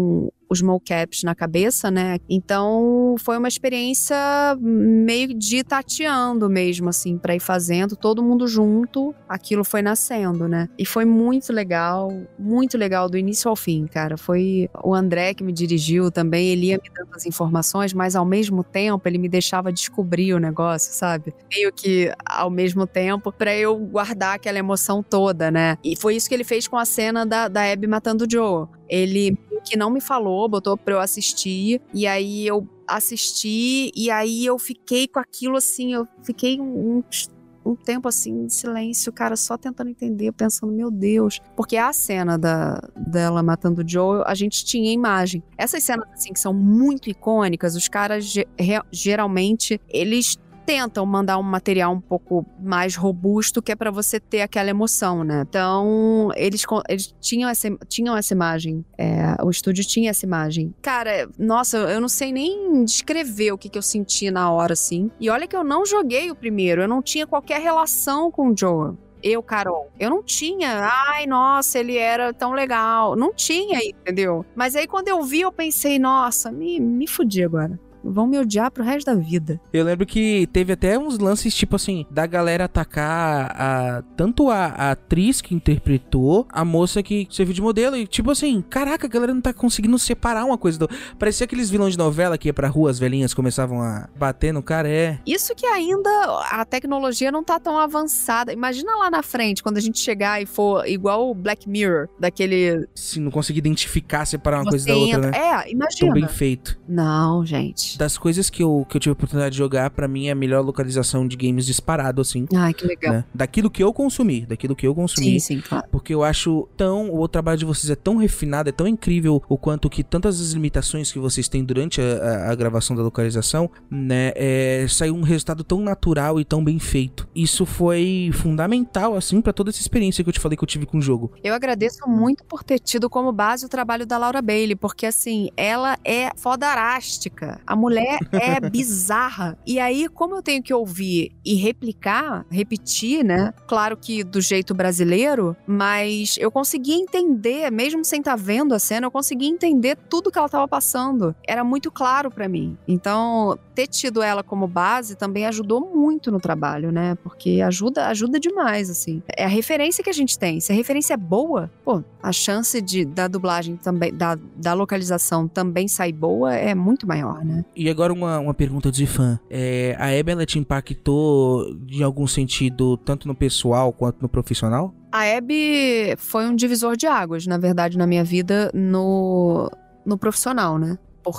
os mocaps na cabeça, né? Então, foi uma experiência meio de tateando mesmo, assim, pra ir fazendo, todo mundo junto, aquilo foi nascendo, né? E foi muito legal, muito legal do início ao fim, cara. Foi o André que me dirigiu também, ele ia me dando as informações, mas ao mesmo tempo ele me deixava descobrir o negócio, sabe? Meio que ao mesmo tempo, pra eu guardar aquela emoção toda, né? E foi isso que ele fez com a cena da, da Abby matando o Joe. Ele que não me falou, botou pra eu assistir, e aí eu assisti, e aí eu fiquei com aquilo assim, eu fiquei um, um, um tempo assim, de silêncio, cara, só tentando entender, pensando, meu Deus, porque a cena da, dela matando o Joe, a gente tinha imagem. Essas cenas assim, que são muito icônicas, os caras ge- geralmente, eles tentam mandar um material um pouco mais robusto, que é pra você ter aquela emoção, né? Então, eles, eles tinham, essa, tinham essa imagem. É, o estúdio tinha essa imagem. Cara, nossa, eu não sei nem descrever o que, que eu senti na hora, assim. E olha que eu não joguei o primeiro, eu não tinha qualquer relação com o Joel. Eu, Carol, eu não tinha, ai, nossa, ele era tão legal. Não tinha, entendeu? Mas aí, quando eu vi, eu pensei, nossa, me, me fudi agora. Vão me odiar pro resto da vida. Eu lembro que teve até uns lances, tipo assim, da galera atacar a, tanto a, a atriz que interpretou, a moça que serviu de modelo. E tipo assim, caraca, a galera não tá conseguindo separar uma coisa do... Parecia aqueles vilões de novela que ia pra rua, as velhinhas começavam a bater no cara, é... Isso que ainda a tecnologia não tá tão avançada. Imagina lá na frente, quando a gente chegar e for igual o Black Mirror, daquele... Se não conseguir identificar, separar uma Você coisa da outra, entra... né? É, imagina. Tão bem feito. Não, gente. Das coisas que eu, que eu tive a oportunidade de jogar, pra mim é a melhor localização de games disparado, assim. Ai, que legal. Né? Daquilo que eu consumi, daquilo que eu consumi. Sim, sim, claro. Porque eu acho tão... O trabalho de vocês é tão refinado, é tão incrível o quanto que tantas as limitações que vocês têm durante a, a, a gravação da localização, né, é, saiu um resultado tão natural e tão bem feito. Isso foi fundamental, assim, pra toda essa experiência que eu te falei que eu tive com o jogo. Eu agradeço muito por ter tido como base o trabalho da Laura Bailey, porque, assim, ela é fodarástica. A mulher é bizarra. E aí, como eu tenho que ouvir e replicar, repetir, né? Claro que do jeito brasileiro, mas eu conseguia entender, mesmo sem estar vendo a cena, eu conseguia entender tudo que ela estava passando. Era muito claro pra mim. Então, ter tido ela como base também ajudou muito no trabalho, né? Porque ajuda, ajuda demais, assim. É a referência que a gente tem. Se a referência é boa, pô, a chance de, da dublagem também, da, da localização também sair boa é muito maior, né? E agora uma, uma pergunta de fã. É, a Abby, ela te impactou de algum sentido, tanto no pessoal quanto no profissional? A Abby foi um divisor de águas, na verdade, na minha vida, no, no profissional, né?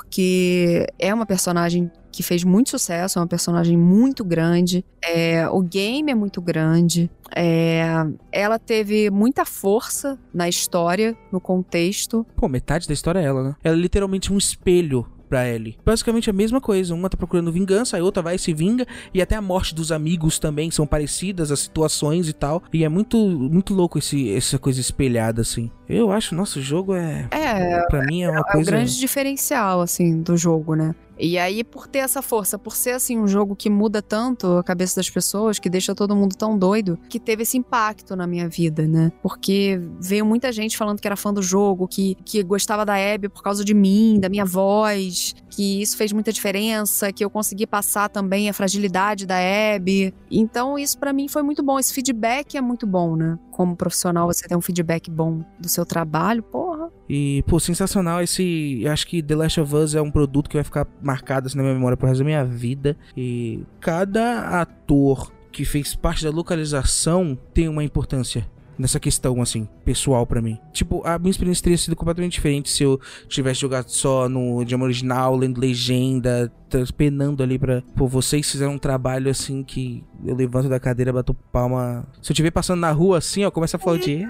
Porque é uma personagem que fez muito sucesso, é uma personagem muito grande, é, o game é muito grande, é, ela teve muita força na história, no contexto. Pô, metade da história é ela, né? Ela é literalmente um espelho pra Ellie. Basicamente a mesma coisa, uma tá procurando vingança, a outra vai e se vinga, e até a morte dos amigos também são parecidas, as situações e tal, e é muito, muito louco esse, essa coisa espelhada, assim. Eu acho, nosso jogo é... É, pra mim é uma é, coisa... É o grande diferencial, assim, do jogo, né? E aí, por ter essa força, por ser, assim, um jogo que muda tanto a cabeça das pessoas, que deixa todo mundo tão doido, que teve esse impacto na minha vida, né? Porque veio muita gente falando que era fã do jogo, que, que gostava da Abby por causa de mim, da minha voz, que isso fez muita diferença, que eu consegui passar também a fragilidade da Abby. Então, isso pra mim foi muito bom. Esse feedback é muito bom, né? Como profissional, você ter um feedback bom do seu trabalho, porra. E, pô, sensacional esse... Eu acho que The Last of Us é um produto que vai ficar marcado assim na minha memória pro resto da minha vida. E cada ator que fez parte da localização tem uma importância nessa questão, assim, pessoal pra mim. Tipo, a minha experiência teria sido completamente diferente se eu tivesse jogado só no idioma original, lendo legenda, penando ali pra... Pô, vocês fizeram um trabalho, assim, que eu levanto da cadeira, bato palma... Se eu estiver passando na rua, assim, ó, começa a aplaudir.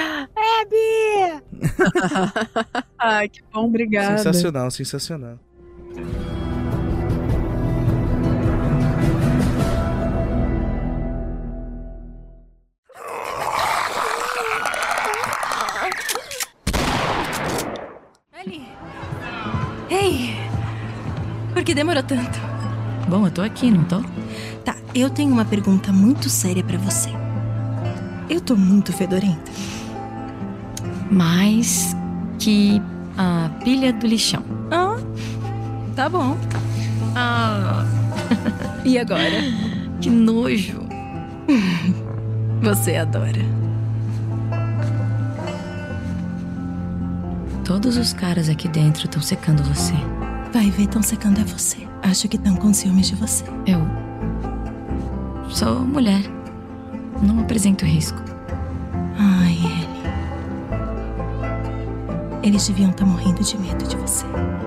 Abby! Ai, que bom, obrigada. Sensacional, sensacional. Ei, por que demorou tanto? Bom, eu tô aqui, não tô? Tá, eu tenho uma pergunta muito séria pra você. Eu tô muito fedorenta. Mais que a pilha do lixão. Ah, tá bom. Ah. E agora? Que nojo. Você adora. Todos os caras aqui dentro estão secando você. Vai ver, estão secando é você. Acho que estão com ciúmes de você. Eu sou mulher. Não apresento risco. Ai, Ellie. Eles deviam estar morrendo de medo de você.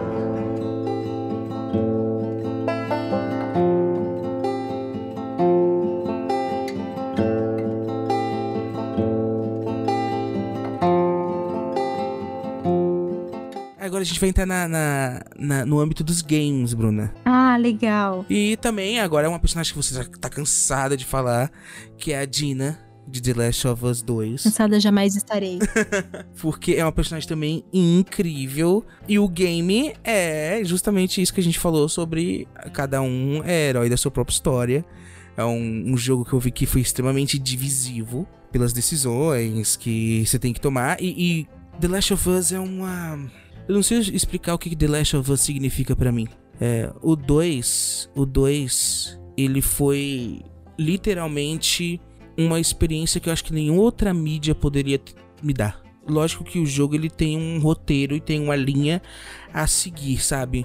Agora a gente vai entrar na, na, na, no âmbito dos games, Bruna. Ah, legal. E também agora é uma personagem que você já tá cansada de falar, que é a Dina, de The Last of Us dois. Cansada jamais estarei. Porque é uma personagem também incrível. E o game é justamente isso que a gente falou sobre cada um é herói da sua própria história. É um, um jogo que eu vi que foi extremamente divisivo pelas decisões que você tem que tomar. E, e The Last of Us é uma... Eu não sei explicar o que The Last of Us significa pra mim. É, o dois, o dois, ele foi literalmente uma experiência que eu acho que nenhuma outra mídia poderia t- me dar. Lógico que o jogo ele tem um roteiro e tem uma linha a seguir, sabe?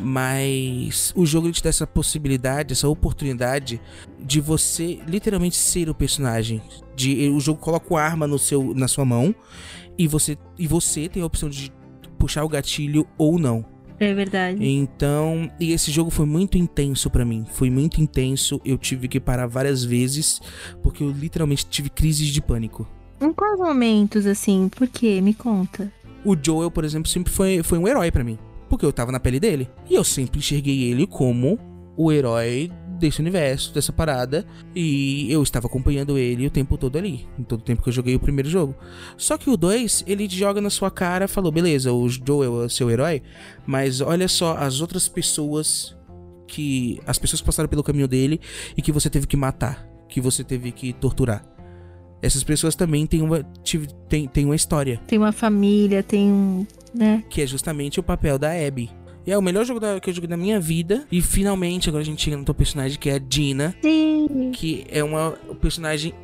Mas o jogo ele te dá essa possibilidade, essa oportunidade de você literalmente ser o personagem. De, o jogo coloca uma arma no seu, na sua mão e você, e você tem a opção de puxar o gatilho ou não. É verdade. Então, e esse jogo foi muito intenso pra mim. Foi muito intenso. Eu tive que parar várias vezes porque eu literalmente tive crises de pânico. Em quais momentos, assim? Por quê? Me conta. O Joel, por exemplo, sempre foi, foi um herói pra mim. Porque eu tava na pele dele. E eu sempre enxerguei ele como o herói desse universo, dessa parada. E eu estava acompanhando ele o tempo todo ali. Em todo o tempo que eu joguei o primeiro jogo. Só que o dois, ele joga na sua cara, falou, beleza, o Joel é o seu herói, mas olha só as outras pessoas que... As pessoas que passaram pelo caminho dele e que você teve que matar, que você teve que torturar. Essas pessoas também têm uma, têm, têm uma história. Tem uma família, tem um... né? Que é justamente o papel da Abby. E é o melhor jogo da, que eu joguei na minha vida. E finalmente agora a gente chega no teu personagem, que é a Dina. Sim. Que é uma personagem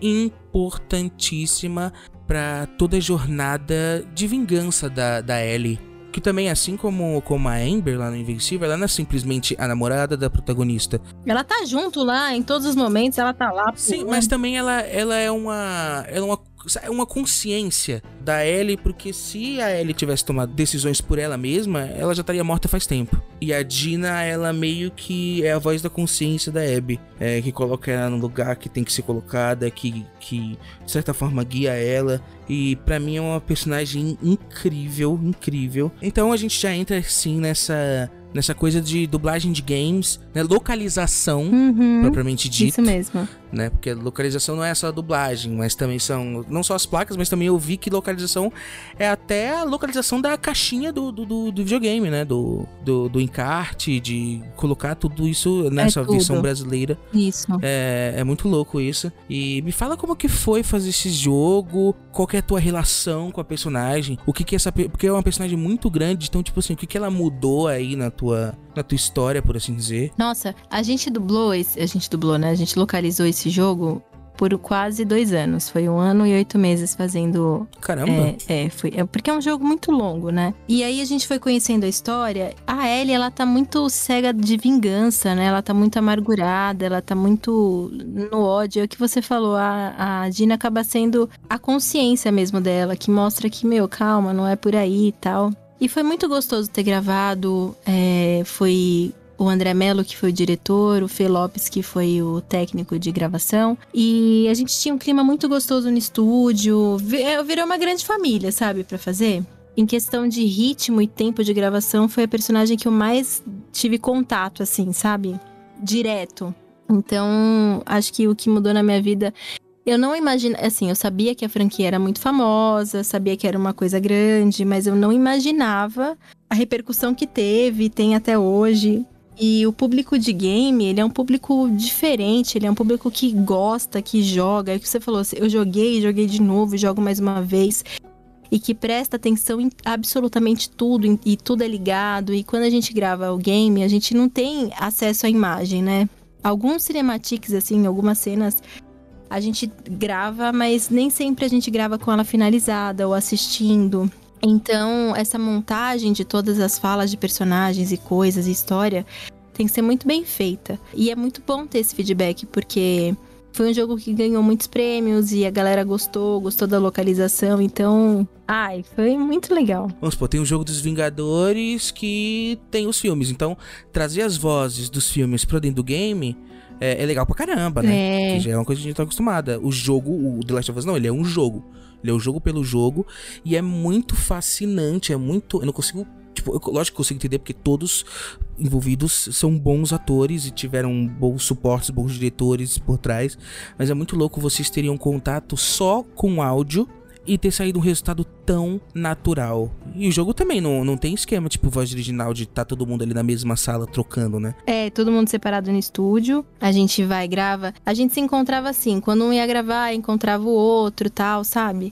importantíssima pra toda a jornada de vingança da, da Ellie. Que também, assim como, como a Amber lá no Invencível, ela não é simplesmente a namorada da protagonista. Ela tá junto lá, em todos os momentos, ela tá lá. Sim, mas também ela, ela é uma... Ela é uma é uma consciência da Ellie, porque se a Ellie tivesse tomado decisões por ela mesma, ela já estaria morta faz tempo. E a Dina, ela meio que é a voz da consciência da Abby, é, que coloca ela no lugar que tem que ser colocada, que, que de certa forma guia ela. E pra mim é uma personagem incrível, incrível. Então a gente já entra assim nessa... nessa coisa de dublagem de games, né? Localização, uhum, propriamente dito. Isso mesmo. Né? Porque localização não é só a dublagem, mas também são... Não só as placas, mas também eu vi que localização é até a localização da caixinha do, do, do, do videogame, né? Do, do, do encarte, de colocar tudo isso nessa é versão brasileira. Isso. É, é muito louco isso. E me fala como que foi fazer esse jogo, qual que é a tua relação com a personagem, o que que essa... Porque é uma personagem muito grande, então, tipo assim, o que que ela mudou aí na tua, na tua história, por assim dizer? Nossa, a gente dublou, esse, a gente dublou, né? A gente localizou esse jogo por quase dois anos. Foi um ano e oito meses fazendo... Caramba! É, é, foi, é, porque é um jogo muito longo, né? E aí a gente foi conhecendo a história. A Ellie, ela tá muito cega de vingança, né? Ela tá muito amargurada, ela tá muito no ódio. É o que você falou, a, a Dina acaba sendo a consciência mesmo dela, que mostra que, meu, calma, não é por aí e tal. E foi muito gostoso ter gravado, é, foi o André Mello que foi o diretor, o Fê Lopes que foi o técnico de gravação. E a gente tinha um clima muito gostoso no estúdio, virou uma grande família, sabe, pra fazer. Em questão de ritmo e tempo de gravação, foi a personagem que eu mais tive contato, assim, sabe, direto. Então, acho que o que mudou na minha vida... Eu não imagino, assim, eu sabia que a franquia era muito famosa, sabia que era uma coisa grande, mas eu não imaginava a repercussão que teve e tem até hoje. E o público de game, ele é um público diferente, ele é um público que gosta, que joga. É o que você falou, eu joguei, joguei de novo, jogo mais uma vez. e que presta atenção em absolutamente tudo, em, e tudo é ligado. E quando a gente grava o game, a gente não tem acesso à imagem, né? Alguns cinematics, assim, algumas cenas, a gente grava, mas nem sempre a gente grava com ela finalizada ou assistindo. Então, essa montagem de todas as falas de personagens e coisas e história tem que ser muito bem feita. E é muito bom ter esse feedback, porque foi um jogo que ganhou muitos prêmios e a galera gostou, gostou da localização, então... Ai, foi muito legal. Vamos supor, tem o jogo dos Vingadores que tem os filmes, então trazer as vozes dos filmes pra dentro do game é, é legal pra caramba, né? É. Que já é uma coisa que a gente tá acostumada. O jogo, o The Last of Us, não, ele é um jogo. Ele é o jogo pelo jogo e é muito fascinante, é muito... Eu não consigo... Tipo, eu, lógico que eu consigo entender porque todos envolvidos são bons atores e tiveram bons suportes, bons diretores por trás. Mas é muito louco vocês terem um contato só com áudio e ter saído um resultado tão natural. E o jogo também não, não tem esquema, tipo, voz original de tá todo mundo ali na mesma sala trocando, né? É, todo mundo separado no estúdio. A gente vai e grava. A gente se encontrava assim, quando um ia gravar, encontrava o outro e tal, sabe?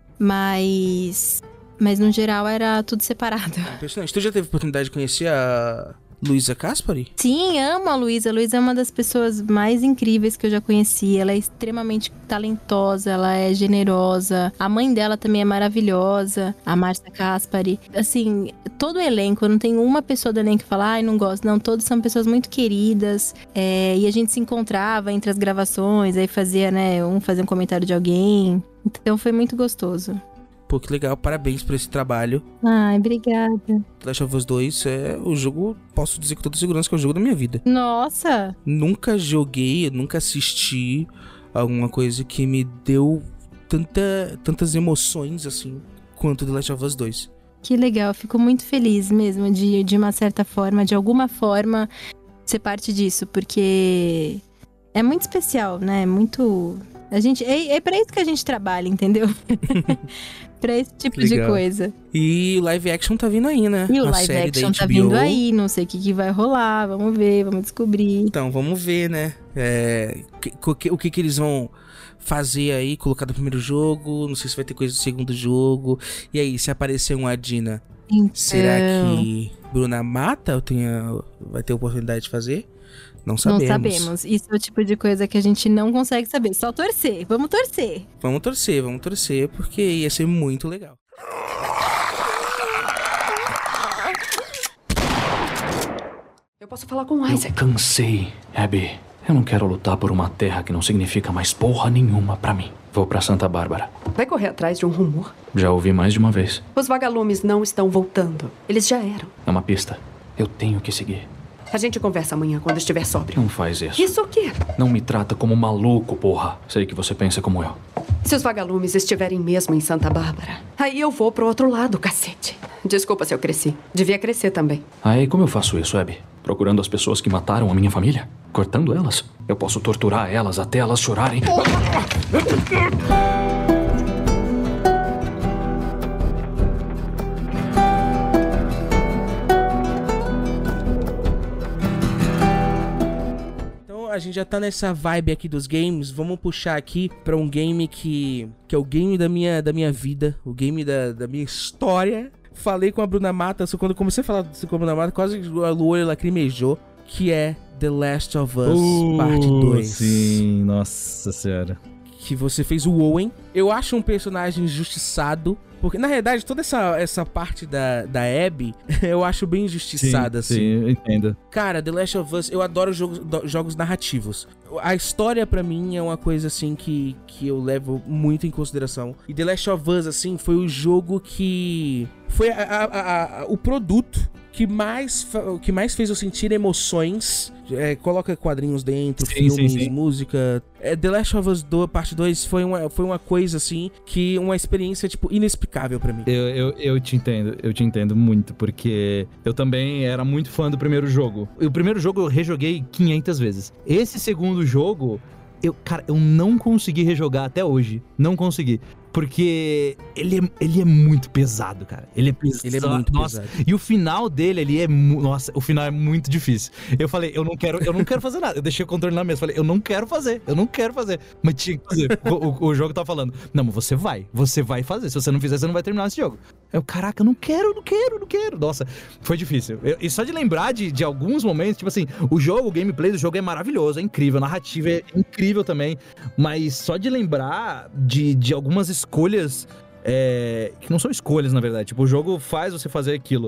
Mas... Mas no geral era tudo separado. Impressionante. Tu já teve oportunidade de conhecer a Luísa Caspari? Sim, amo a Luísa. A Luísa é uma das pessoas mais incríveis que eu já conheci. Ela é extremamente talentosa, ela é generosa. A mãe dela também é maravilhosa, a Márcia Caspari. Assim, todo o elenco, não tem uma pessoa do elenco que fala, ai, não gosto. Não, todos são pessoas muito queridas. É, e a gente se encontrava entre as gravações, aí fazia, né, um fazia um comentário de alguém. Então foi muito gostoso. Pô, que legal, parabéns por esse trabalho. Ai, obrigada. The Last of Us dois é o jogo, posso dizer com toda segurança que é o jogo da minha vida. Nossa! Nunca joguei, nunca assisti alguma coisa que me deu tanta, tantas emoções assim quanto The Last of Us dois. Que legal, fico muito feliz mesmo de, de uma certa forma, de alguma forma, ser parte disso, porque é muito especial, né? Muito... A gente, é, é pra isso que a gente trabalha, entendeu? Pra esse tipo Legal. de coisa. E o live action tá vindo aí, né? E o A live série action da tá H B O. vindo aí, não sei o que, que vai rolar, vamos ver, vamos descobrir. Então, vamos ver, né? É, o, que, o que que eles vão fazer aí, colocar do primeiro jogo, não sei se vai ter coisa do segundo jogo. E aí, se aparecer uma Dina, então... será que Bruna Mata tenha, vai ter oportunidade de fazer? Não sabemos. Não sabemos. Isso é o tipo de coisa que a gente não consegue saber. Só torcer. Vamos torcer. Vamos torcer, vamos torcer, porque ia ser muito legal. Eu posso falar com o Isaac. Eu cansei, Abby. Eu não quero lutar por uma terra que não significa mais porra nenhuma pra mim. Vou pra Santa Bárbara. Vai correr atrás de um rumor? Já ouvi mais de uma vez. Os vagalumes não estão voltando. Eles já eram. É uma pista. Eu tenho que seguir. A gente conversa amanhã quando estiver sóbrio. Não faz isso. Isso o quê? Não me trata como maluco, porra. Sei que você pensa como eu. Se os vagalumes estiverem mesmo em Santa Bárbara, aí eu vou pro outro lado, cacete. Desculpa se eu cresci. Devia crescer também. Aí, como eu faço isso, Abby? Procurando as pessoas que mataram a minha família? Cortando elas? Eu posso torturar elas até elas chorarem. A gente já tá nessa vibe aqui dos games, vamos puxar aqui pra um game que, que é o game da minha, da minha vida, o game da, da minha história. Falei com a Bruna Mata, só quando eu comecei a falar com a Bruna Mata, quase o olho lacrimejou, que é The Last of Us uh, Parte dois. Sim, nossa senhora. Que você fez o Owen. Eu acho um personagem injustiçado, porque na realidade toda essa, essa parte da, da Abby eu acho bem injustiçada, sim, assim. Sim, eu entendo. Cara, The Last of Us, eu adoro jogos, jogos narrativos. A história pra mim é uma coisa assim que, que eu levo muito em consideração. E The Last of Us, assim, foi o jogo que... Foi a, a, a, a, o produto que mais, que mais fez eu sentir emoções. É, coloca quadrinhos dentro, sim, filmes, sim, sim. música. É, The Last of Us do, parte dois foi uma, foi uma coisa, assim, que uma experiência, tipo, inexplicável pra mim. Eu, eu, eu te entendo, eu te entendo muito, porque eu também era muito fã do primeiro jogo. O primeiro jogo eu rejoguei quinhentas vezes. Esse segundo jogo, eu, cara, eu não consegui rejogar até hoje. Não consegui. porque ele é, ele é muito pesado, cara. Ele é pesado. Ele é muito nossa. pesado. E o final dele, ele é... Nossa, o final é muito difícil. Eu falei, eu não quero, eu não quero fazer nada. Eu deixei o controle na mesa. Falei, eu não quero fazer, eu não quero fazer. Mas tinha que fazer. O, o, o jogo tava falando, não, mas você vai. Você vai fazer. Se você não fizer, você não vai terminar esse jogo. Eu, caraca, eu não quero, não quero, não quero. Nossa, foi difícil. Eu, e só de lembrar de, de alguns momentos, tipo assim, o jogo, o gameplay do jogo é maravilhoso, é incrível. A narrativa é incrível também. Mas só de lembrar de, de algumas escolhas... É, que não são escolhas, na verdade. Tipo, o jogo faz você fazer aquilo.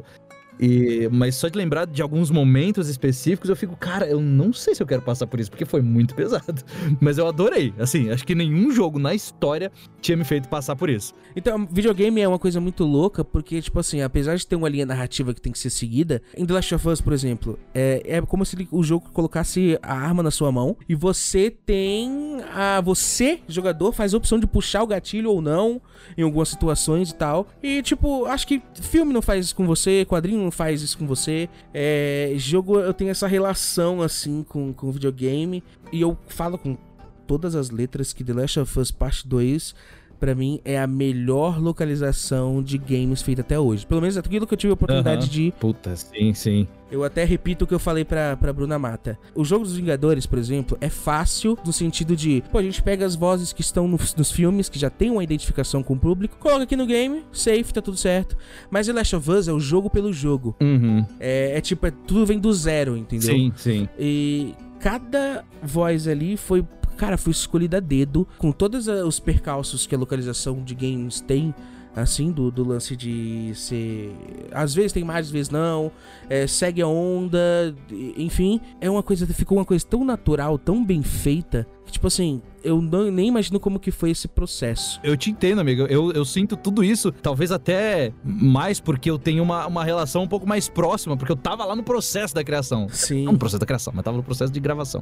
E, mas só de lembrar de alguns momentos específicos, eu fico, cara, eu não sei se eu quero passar por isso, porque foi muito pesado. Mas eu adorei. Assim, acho que nenhum jogo na história tinha me feito passar por isso. Então, videogame é uma coisa muito louca, porque, tipo assim, apesar de ter uma linha narrativa que tem que ser seguida, em The Last of Us, por exemplo, é, é como se ele, o jogo colocasse a arma na sua mão e você tem a... Você, jogador, faz a opção de puxar o gatilho ou não em algumas situações e tal. E, tipo, acho que filme não faz isso com você, quadrinho não faz isso com você. É, jogo, eu tenho essa relação, assim, com, com videogame. E eu falo com todas as letras que The Last of Us Parte dois, pra mim, é a melhor localização de games feita até hoje. Pelo menos aquilo que eu tive a oportunidade Uhum. de... Puta, sim, sim. Eu até repito o que eu falei pra, pra Bruna Mata. O jogo dos Vingadores, por exemplo, é fácil no sentido de... Pô, a gente pega as vozes que estão nos, nos filmes, que já tem uma identificação com o público, coloca aqui no game, safe, tá tudo certo. Mas The Last of Us é o jogo pelo jogo. Uhum. É, é tipo, é, tudo vem do zero, entendeu? Sim, sim. E cada voz ali foi... Cara, foi escolhida a dedo, com todos os percalços que a localização de games tem, assim, do, do lance de ser... Às vezes tem mais, às vezes não, é, segue a onda, enfim. É uma coisa, ficou uma coisa tão natural, tão bem feita, que tipo assim... Eu não, nem imagino como que foi esse processo. Eu te entendo, amigo. Eu, eu sinto tudo isso, talvez até mais porque eu tenho uma, uma relação um pouco mais próxima, porque eu tava lá no processo da criação. Sim. Não no processo da criação, mas tava no processo de gravação.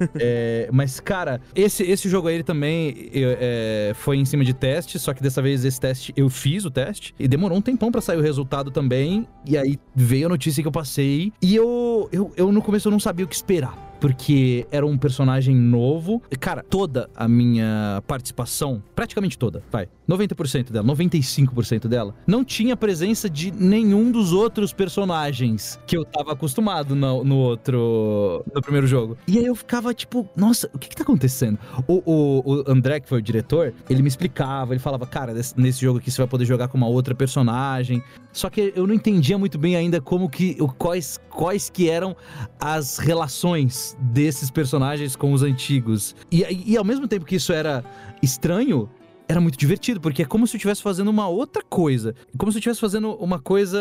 é, mas, cara, esse, esse jogo aí também eu, é, foi em cima de teste, só que dessa vez esse teste, eu fiz o teste, e demorou um tempão pra sair o resultado também, e aí veio a notícia que eu passei, e eu, eu, eu no começo eu não sabia o que esperar. Porque era um personagem novo. Cara, toda a minha participação, praticamente toda, vai, noventa por cento dela, noventa e cinco por cento dela, não tinha presença de nenhum dos outros personagens que eu tava acostumado no, no outro, no primeiro jogo. E aí eu ficava tipo, nossa, o que que tá acontecendo? O, o, o André, que foi o diretor, ele me explicava, ele falava, cara, nesse, nesse jogo aqui você vai poder jogar com uma outra personagem. Só que eu não entendia muito bem ainda como que, quais, quais que eram as relações desses personagens com os antigos. E, e, e ao mesmo tempo que isso era estranho, era muito divertido, porque é como se eu estivesse fazendo uma outra coisa. Como se eu estivesse fazendo uma coisa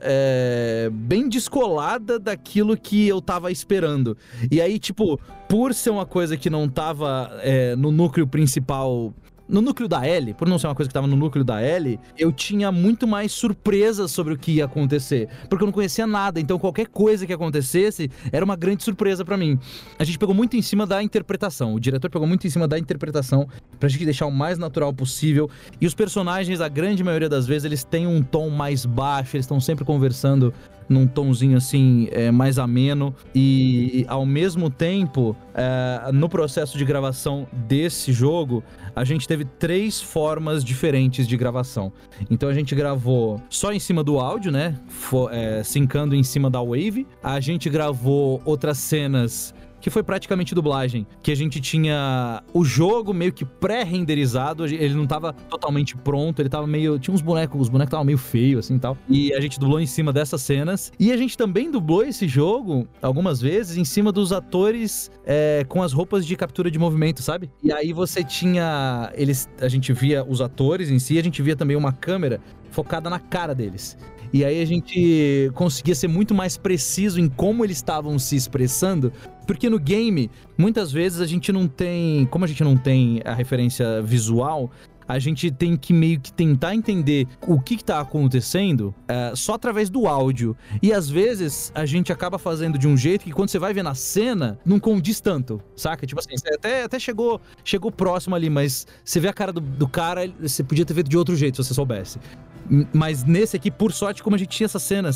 é, bem descolada daquilo que eu tava esperando. E aí, tipo, por ser uma coisa que não tava é, no núcleo principal... No núcleo da Ellie, por não ser uma coisa que tava no núcleo da Ellie, eu tinha muito mais surpresas sobre o que ia acontecer. Porque eu não conhecia nada, então qualquer coisa que acontecesse era uma grande surpresa pra mim. A gente pegou muito em cima da interpretação. O diretor pegou muito em cima da interpretação pra gente deixar o mais natural possível. E os personagens, a grande maioria das vezes, eles têm um tom mais baixo, eles estão sempre conversando num tomzinho assim, é, mais ameno. E, ao mesmo tempo, é, no processo de gravação desse jogo, a gente teve três formas diferentes de gravação. Então a gente gravou só em cima do áudio, né? For, é, sincando em cima da Wave. A gente gravou outras cenas que foi praticamente dublagem, que a gente tinha o jogo meio que pré-renderizado, ele não tava totalmente pronto, ele tava meio... Tinha uns bonecos, os bonecos estavam meio feios, assim, tal. E a gente dublou em cima dessas cenas. E a gente também dublou esse jogo, algumas vezes, em cima dos atores é, com as roupas de captura de movimento, sabe? E aí você tinha... Eles, a gente via os atores em si, a gente via também uma câmera focada na cara deles. E aí a gente conseguia ser muito mais preciso em como eles estavam se expressando, porque no game, muitas vezes a gente não tem... Como a gente não tem a referência visual, a gente tem que meio que tentar entender o que que tá acontecendo é, só através do áudio. E às vezes a gente acaba fazendo de um jeito que quando você vai ver na cena, não condiz tanto, saca? Tipo assim, você até, até chegou, chegou próximo ali, mas você vê a cara do, do cara, você podia ter feito de outro jeito se você soubesse. Mas nesse aqui, por sorte, como a gente tinha essas cenas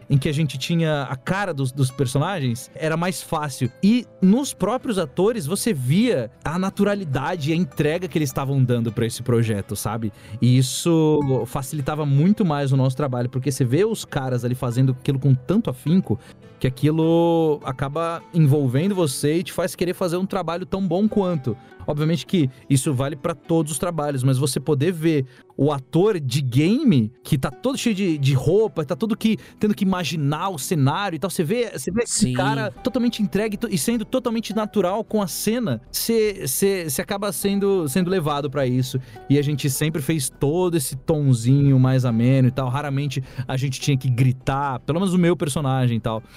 em que a gente tinha a cara dos, dos personagens, era mais fácil. E nos próprios atores, você via a naturalidade e a entrega que eles estavam dando pra esse projeto, sabe? E isso facilitava muito mais o nosso trabalho, porque você vê os caras ali fazendo aquilo com tanto afinco, que aquilo acaba envolvendo você e te faz querer fazer um trabalho tão bom quanto. Obviamente que isso vale pra todos os trabalhos, mas você poder ver o ator de game, que tá todo cheio de, de roupa, tá todo que, tendo que imaginar o cenário e tal, você vê, você vê esse cara totalmente entregue e sendo totalmente natural com a cena, você, você, você acaba sendo, sendo levado pra isso. E a gente sempre fez todo esse tonzinho mais ameno e tal, raramente a gente tinha que gritar, pelo menos o meu personagem e tal.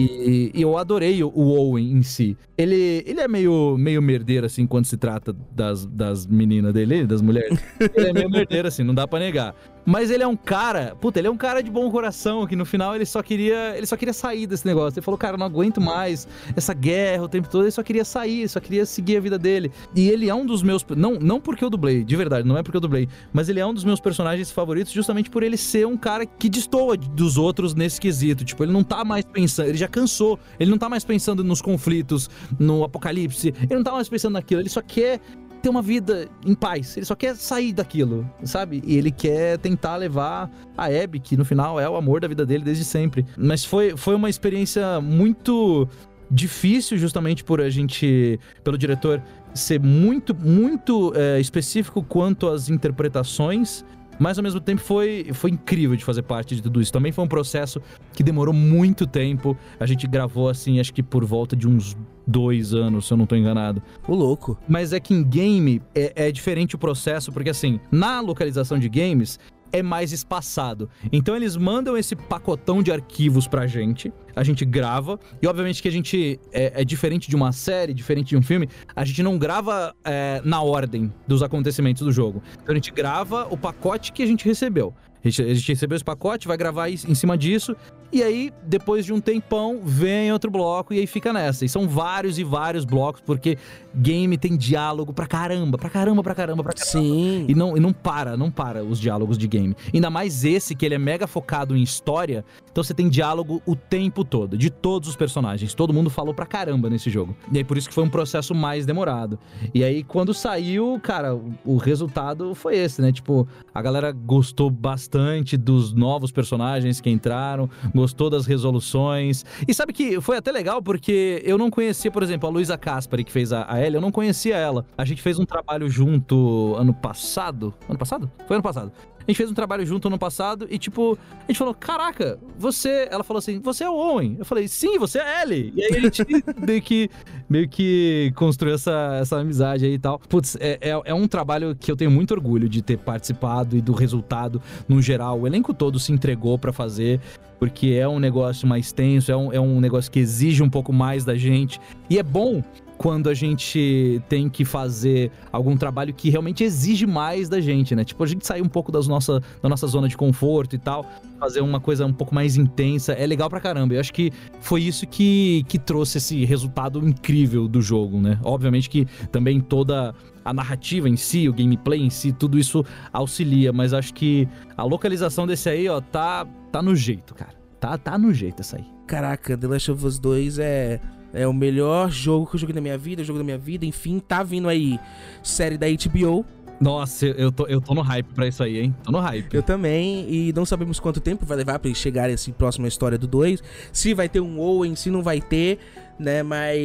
E, e eu adorei o, o Owen em si. Ele, ele é meio, meio merdeiro, assim, quando se trata das, das meninas dele, das mulheres. Ele é meio merdeiro, assim, não dá pra negar. Mas ele é um cara, puta, ele é um cara de bom coração, que no final ele só queria, ele só queria sair desse negócio. Ele falou, cara, eu não aguento mais essa guerra o tempo todo, ele só queria sair, só queria seguir a vida dele. E ele é um dos meus, não, não porque eu dublei, de verdade, não é porque eu dublei, mas ele é um dos meus personagens favoritos justamente por ele ser um cara que destoa dos outros nesse quesito. Tipo, ele não tá mais pensando, ele já cansou, ele não tá mais pensando nos conflitos, no apocalipse, ele não tá mais pensando naquilo, ele só quer ter uma vida em paz, ele só quer sair daquilo, sabe? E ele quer tentar levar a Abby, que no final é o amor da vida dele desde sempre. Mas foi, foi uma experiência muito difícil, justamente por a gente, pelo diretor, ser muito, muito é, específico quanto às interpretações. Mas ao mesmo tempo foi, foi incrível de fazer parte de tudo isso. Também foi um processo que demorou muito tempo. A gente gravou assim, acho que por volta de uns dois anos, se eu não tô enganado. O louco. Mas é que em game é, é diferente o processo, porque assim, na localização de games é mais espaçado. Então eles mandam esse pacotão de arquivos pra gente, a gente grava, e obviamente que a gente é, é diferente de uma série, diferente de um filme, a gente não grava é, na ordem dos acontecimentos do jogo. Então a gente grava o pacote que a gente recebeu. A gente, a gente recebeu esse pacote, vai gravar em cima disso, e aí, depois de um tempão, vem outro bloco e aí fica nessa. E são vários e vários blocos, porque game tem diálogo pra caramba, pra caramba, pra caramba, pra caramba. Sim. E não, e não para, não para os diálogos de game. Ainda mais esse, que ele é mega focado em história, então você tem diálogo o tempo todo, de todos os personagens. Todo mundo falou pra caramba nesse jogo. E aí, por isso que foi um processo mais demorado. E aí, quando saiu, cara, o, o resultado foi esse, né? Tipo, a galera gostou bastante dos novos personagens que entraram, gostou das resoluções. E sabe que foi até legal porque eu não conhecia, por exemplo, a Luísa Caspari, que fez a, a Ellie, eu não conhecia ela. A gente fez um trabalho junto ano passado. Ano passado? Foi ano passado. A gente fez um trabalho junto ano passado e, tipo, a gente falou, caraca, você... Ela falou assim, você é o Owen. Eu falei, sim, você é a Ellie. E aí a gente meio que, meio que construiu essa, essa amizade aí e tal. Putz, é, é, é um trabalho que eu tenho muito orgulho de ter participado e do resultado no geral. O elenco todo se entregou pra fazer, porque é um negócio mais tenso, é um, é um negócio que exige um pouco mais da gente. E é bom quando a gente tem que fazer algum trabalho que realmente exige mais da gente, né? Tipo, a gente sair um pouco das nossa, da nossa zona de conforto e tal, fazer uma coisa um pouco mais intensa, é legal pra caramba. Eu acho que foi isso que, que trouxe esse resultado incrível do jogo, né? Obviamente que também toda a narrativa em si, o gameplay em si, tudo isso auxilia, mas acho que a localização desse aí, ó, tá, tá no jeito, cara. Tá, tá no jeito essa aí. Caraca, The Last of Us dois é... É o melhor jogo que eu joguei na minha vida, jogo da minha vida, enfim, tá vindo aí série da H B O. Nossa, eu tô, eu tô no hype pra isso aí, hein? Tô no hype. Eu também, e não sabemos quanto tempo vai levar pra eles chegarem assim, próximo à história do dois. Se vai ter um Owen, se não vai ter, né?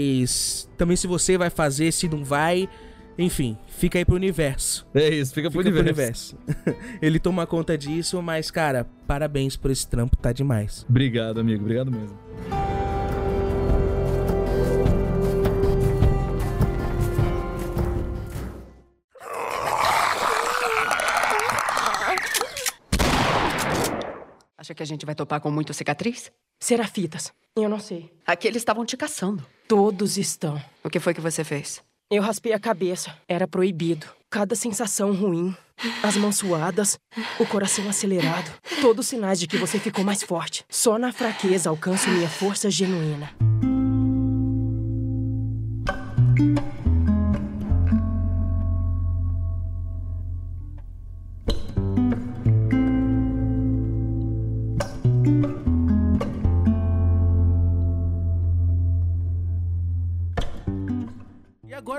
Mas também se você vai fazer, se não vai... Enfim, fica aí pro universo. É isso, fica pro fica universo. Pro universo. Ele toma conta disso, mas, cara, parabéns por esse trampo, tá demais. Obrigado, amigo, obrigado mesmo. Acha que a gente vai topar com muita cicatriz? Serafitas. Eu não sei. Aqueles estavam te caçando. Todos estão. O que foi que você fez? Eu raspei a cabeça. Era proibido. Cada sensação ruim. As mãos suadas. O coração acelerado. Todos sinais de que você ficou mais forte. Só na fraqueza alcanço minha força genuína.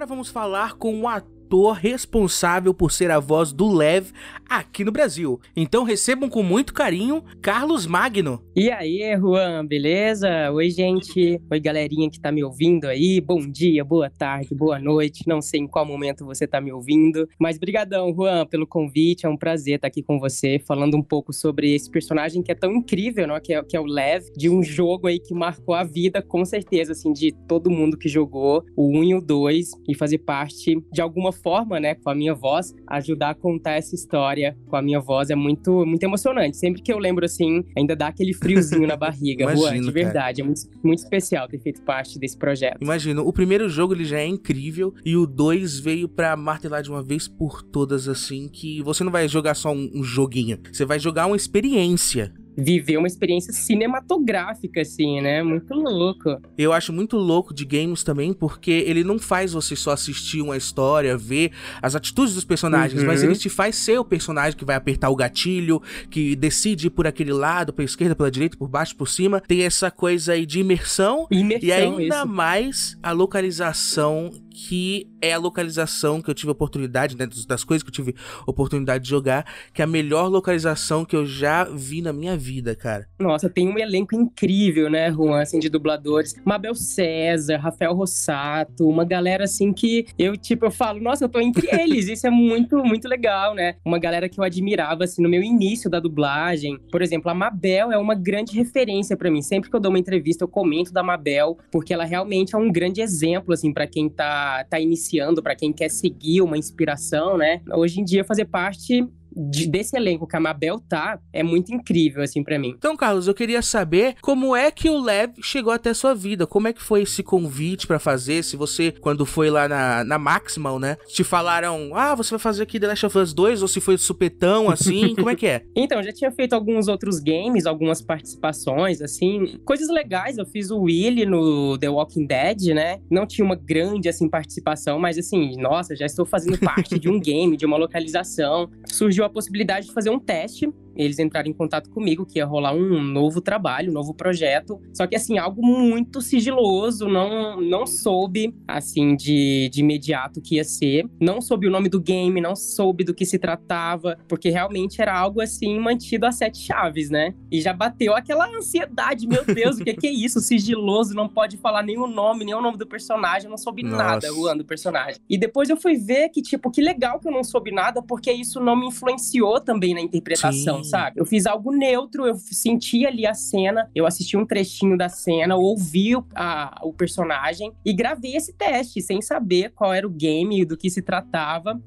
agora vamos falar com o ator responsável por ser a voz do Lev aqui no Brasil. Então recebam com muito carinho Carlos Magno. E aí, Juan, beleza? Oi, gente. Oi, galerinha que tá me ouvindo aí. Bom dia, boa tarde, boa noite. Não sei em qual momento você tá me ouvindo, mas brigadão, Juan, pelo convite. É um prazer estar aqui com você, falando um pouco sobre esse personagem que é tão incrível, né? Que é, que é o Lev, de um jogo aí que marcou a vida, com certeza, assim, de todo mundo que jogou o um e o dois, e fazer parte de alguma forma, né, com a minha voz, ajudar a contar essa história com a minha voz é muito, muito emocionante. Sempre que eu lembro, assim, ainda dá aquele friozinho na barriga. Imagino, Juan, de verdade, cara. É muito, muito especial ter feito parte desse projeto. Imagino, o primeiro jogo ele já é incrível e o dois veio pra martelar de uma vez por todas, assim, que você não vai jogar só um, um joguinho, você vai jogar uma experiência. Viver uma experiência cinematográfica, assim, né? Muito louco. Eu acho muito louco de games também, porque ele não faz você só assistir uma história, ver as atitudes dos personagens, uhum. mas ele te faz ser o personagem que vai apertar o gatilho, que decide ir por aquele lado, pela esquerda, pela direita, por baixo, por cima. Tem essa coisa aí de imersão, imersão e ainda isso. mais a localização, que é a localização que eu tive oportunidade, né, das coisas que eu tive oportunidade de jogar, que é a melhor localização que eu já vi na minha vida, cara. Nossa, tem um elenco incrível, né, Juan, assim, de dubladores. Mabel César, Rafael Rossato, uma galera, assim, que eu, tipo, eu falo, nossa, eu tô entre eles, isso é muito, muito legal, né? Uma galera que eu admirava, assim, no meu início da dublagem. Por exemplo, a Mabel é uma grande referência pra mim. Sempre que eu dou uma entrevista, eu comento da Mabel, porque ela realmente é um grande exemplo, assim, pra quem tá tá iniciando, pra quem quer seguir uma inspiração, né? Hoje em dia, fazer parte de, desse elenco que a Mabel tá, é muito incrível, assim, pra mim. Então, Carlos, eu queria saber como é que o Lev chegou até a sua vida, como é que foi esse convite pra fazer, se você, quando foi lá na, na Maximal, né, te falaram, ah, você vai fazer aqui The Last of Us dois, ou se foi supetão, assim, como é que é? Então, eu já tinha feito alguns outros games, algumas participações, assim, coisas legais, eu fiz o Willy no The Walking Dead, né, não tinha uma grande, assim, participação, mas, assim, nossa, já estou fazendo parte de um game, de uma localização. Surgiu a possibilidade de fazer um teste. Eles entraram em contato comigo, que ia rolar um novo trabalho, um novo projeto. Só que, assim, algo muito sigiloso, não, não soube, assim, de, de imediato o que ia ser. Não soube o nome do game, não soube do que se tratava, porque realmente era algo, assim, mantido a sete chaves, né? E já bateu aquela ansiedade, meu Deus, o que, que é isso? Sigiloso, não pode falar nem o nome, nem o nome do personagem, eu não soube Nossa. nada, Juan, do personagem. E depois eu fui ver que, tipo, que legal que eu não soube nada, porque isso não me influenciou também na interpretação, Sim. sabe? Eu fiz algo neutro, eu senti ali a cena, eu assisti um trechinho da cena, ouvi o, a, o personagem e gravei esse teste, sem saber qual era o game e do que se tratava.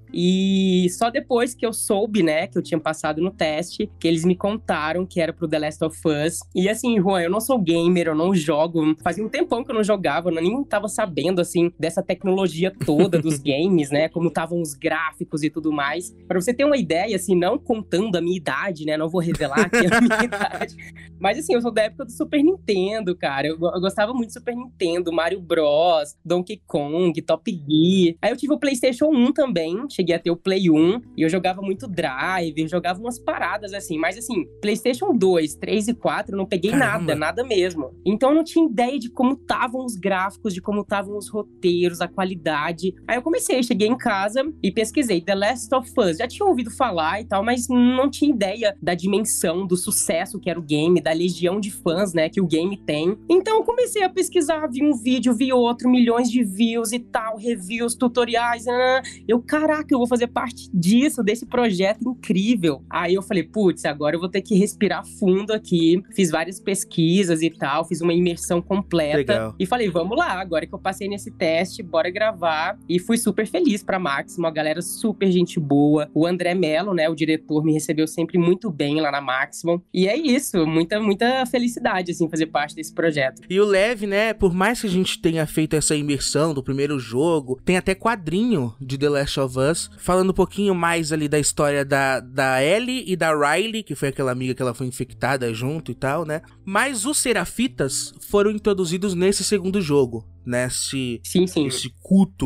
E só depois que eu soube, né, que eu tinha passado no teste, que eles me contaram que era pro The Last of Us. E assim, Juan, eu não sou gamer, eu não jogo, fazia um tempão que eu não jogava, eu nem tava sabendo, assim, dessa tecnologia toda dos games, né, como estavam os gráficos e tudo mais. Pra você ter uma ideia, assim, não contando a minha idade, né, não vou revelar aqui a minha idade, mas assim, eu sou da época do Super Nintendo, cara, eu, eu gostava muito do Super Nintendo, Mario Bros, Donkey Kong, Top Gear. Aí eu tive o PlayStation um também, cheguei a ter o Play um, e eu jogava muito Drive, eu jogava umas paradas assim, mas assim, PlayStation dois, três e quatro, eu não peguei Caramba. nada, nada mesmo. Então eu não tinha ideia de como estavam os gráficos, de como estavam os roteiros, a qualidade. Aí eu comecei, cheguei em casa e pesquisei The Last of Us, já tinha ouvido falar e tal, mas não tinha ideia da dimensão, do sucesso que era o game, da legião de fãs, né, que o game tem. Então eu comecei a pesquisar, vi um vídeo, vi outro, milhões de views e tal, reviews, tutoriais, ah, eu, caraca, eu vou fazer parte disso, desse projeto incrível. Aí eu falei, putz, agora eu vou ter que respirar fundo aqui, fiz várias pesquisas e tal, fiz uma imersão completa. Legal. E falei, vamos lá, agora que eu passei nesse teste, bora gravar. E fui super feliz pra Máximo, a galera super gente boa. O André Mello, né, o diretor, me recebeu sempre muito bem lá na Maximum. E é isso, muita, muita felicidade, assim, fazer parte desse projeto. E o Lev, né, por mais que a gente tenha feito essa imersão do primeiro jogo, tem até quadrinho de The Last of Us, falando um pouquinho mais ali da história da, da Ellie e da Riley, que foi aquela amiga que ela foi infectada junto e tal, né? Mas os Serafitas foram introduzidos nesse segundo jogo, né? Esse, sim, sim. esse culto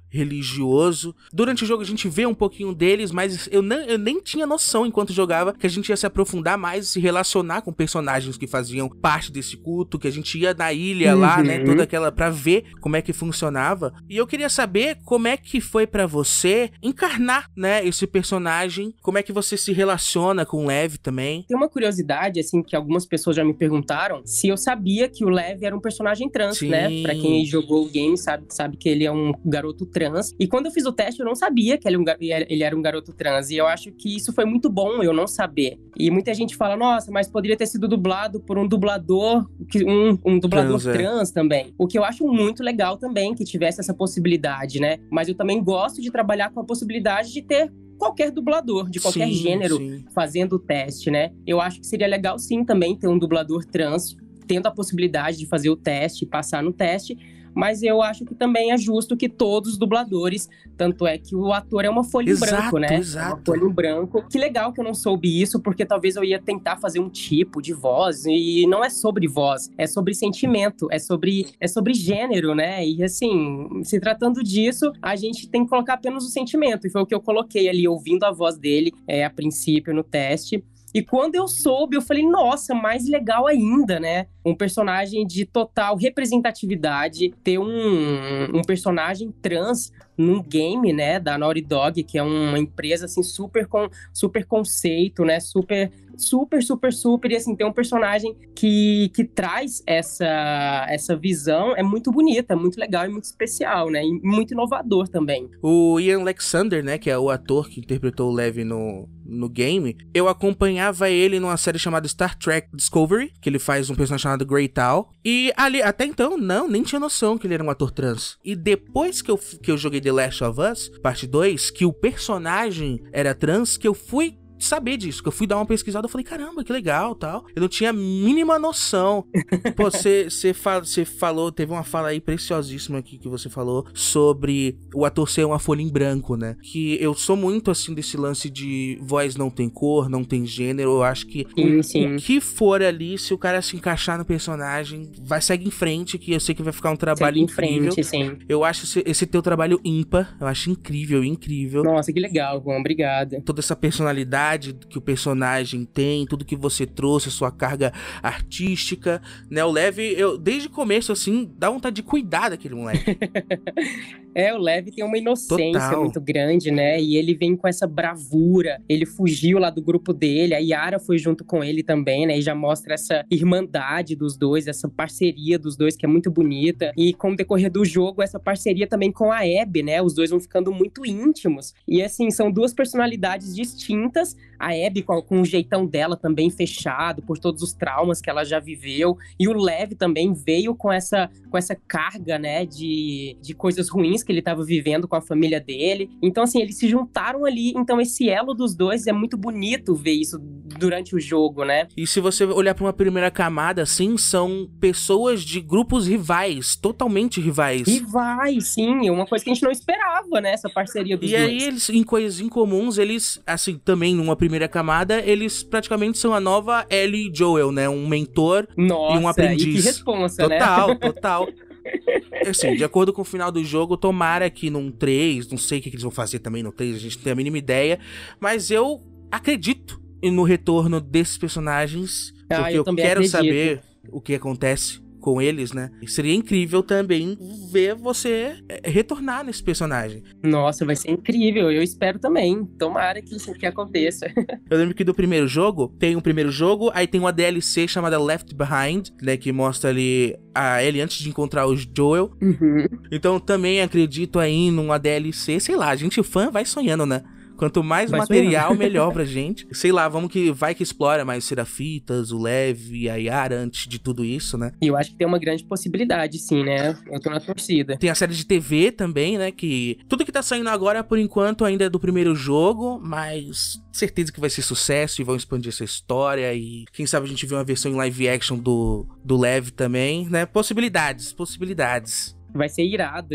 religioso. Durante o jogo a gente vê um pouquinho deles, mas eu, não, eu nem tinha noção enquanto jogava que a gente ia se aprofundar mais e se relacionar com personagens que faziam parte desse culto, que a gente ia na ilha uhum. lá, né, toda aquela, pra ver como é que funcionava. E eu queria saber como é que foi pra você encarnar, né, esse personagem, como é que você se relaciona com o Lev também. Tem uma curiosidade, assim, que algumas pessoas já me perguntaram se eu sabia que o Lev era um personagem trans, Sim. né? Pra quem jogou o game sabe, sabe que ele é um garoto trans. E quando eu fiz o teste, eu não sabia que ele, um, ele era um garoto trans. E eu acho que isso foi muito bom eu não saber. E muita gente fala, nossa, mas poderia ter sido dublado por um dublador, um, um dublador trans, trans é. também. O que eu acho muito legal também, que tivesse essa possibilidade, né? Mas eu também gosto de trabalhar com a possibilidade de ter qualquer dublador, de qualquer sim, gênero, sim. fazendo o teste, né? Eu acho que seria legal sim também ter um dublador trans, tendo a possibilidade de fazer o teste, passar no teste, mas eu acho que também é justo que todos os dubladores, tanto é que o ator é uma folha exato, em branco, né? Exato. É uma folha em branco. Que legal que eu não soube isso, porque talvez eu ia tentar fazer um tipo de voz, e não é sobre voz, é sobre sentimento, é sobre, é sobre gênero, né? E assim, se tratando disso, a gente tem que colocar apenas o sentimento, e foi o que eu coloquei ali, ouvindo a voz dele, é, a princípio, no teste. E quando eu soube, eu falei, nossa, mais legal ainda, né? Um personagem de total representatividade, ter um, um personagem trans num game, né, da Naughty Dog, que é uma empresa, assim, super, com, super conceito, né, super, super, super, super, e assim, tem um personagem que, que traz essa, essa visão, é muito bonita, é muito legal e muito especial, né, e muito inovador também. O Ian Alexander, né, que é o ator que interpretou o Lev no, no game, eu acompanhava ele numa série chamada Star Trek Discovery, que ele faz um personagem chamado Grey Tal, e ali, até então, não, nem tinha noção que ele era um ator trans. E depois que eu, que eu joguei The Last of Us, parte dois, que o personagem era trans, que eu fui saber disso, que eu fui dar uma pesquisada, eu falei, caramba, que legal, tal. Eu não tinha a mínima noção. Pô, você fa falou, teve uma fala aí preciosíssima aqui que você falou sobre o ator ser uma folha em branco, né? Que eu sou muito, assim, desse lance de voz não tem cor, não tem gênero, eu acho que sim, sim. o que for ali, se o cara se encaixar no personagem, vai seguir em frente, que eu sei que vai ficar um trabalho segue incrível. Em frente, sim. Eu acho esse, esse teu trabalho ímpar, eu acho incrível, incrível. Nossa, que legal, Juan, obrigada. Toda essa personalidade que o personagem tem, tudo que você trouxe, a sua carga artística, né? O Lev, eu, desde o começo, assim, dá vontade de cuidar daquele moleque. É, o Lev tem uma inocência Total. muito grande, né? E ele vem com essa bravura. Ele fugiu lá do grupo dele, a Yara foi junto com ele também, né? E já mostra essa irmandade dos dois, essa parceria dos dois, que é muito bonita. E com o decorrer do jogo, essa parceria também com a Abby, né? Os dois vão ficando muito íntimos. E assim, são duas personalidades distintas. A Abby com, com o jeitão dela também fechado, por todos os traumas que ela já viveu. E o Lev também veio com essa, com essa carga, né? De, de coisas ruins que ele estava vivendo com a família dele. Então, assim, eles se juntaram ali. Então, esse elo dos dois é muito bonito ver isso durante o jogo, né? E se você olhar para uma primeira camada, assim, são pessoas de grupos rivais, totalmente rivais. Rivais, sim. É uma coisa que a gente não esperava, né? Essa parceria dos e dois. E aí, eles, em coisas incomuns, eles, assim, também numa primeira camada, eles praticamente são a nova Ellie e Joel, né? Um mentor Nossa, e um aprendiz. E que responsa, total, né? Total, total. Assim, de acordo com o final do jogo, tomara que num três, não sei o que eles vão fazer também no três, a gente não tem a mínima ideia, mas eu acredito no retorno desses personagens, porque ah, eu, eu quero acredito. saber o que acontece com eles, né? E seria incrível também ver você retornar nesse personagem. Nossa, vai ser incrível. Eu espero também. Tomara que isso aqui aconteça. Eu lembro que do primeiro jogo, tem um primeiro jogo, aí tem uma D L C chamada Left Behind, né? Que mostra ali a Ellie antes de encontrar o Joel. Uhum. Então também acredito aí numa D L C, sei lá, a gente fã vai sonhando, né? Quanto mais vai material, sonhando. melhor pra gente. Sei lá, vamos que vai que explora mais Serafitas, o Lev e a Yara antes de tudo isso, né? E eu acho que tem uma grande possibilidade, sim, né? Eu tô na torcida. Tem a série de T V também, né? Que tudo que tá saindo agora, por enquanto, ainda é do primeiro jogo, mas certeza que vai ser sucesso e vão expandir essa história. E quem sabe a gente vê uma versão em live action do, do Lev também, né? Possibilidades, possibilidades. Vai ser irado.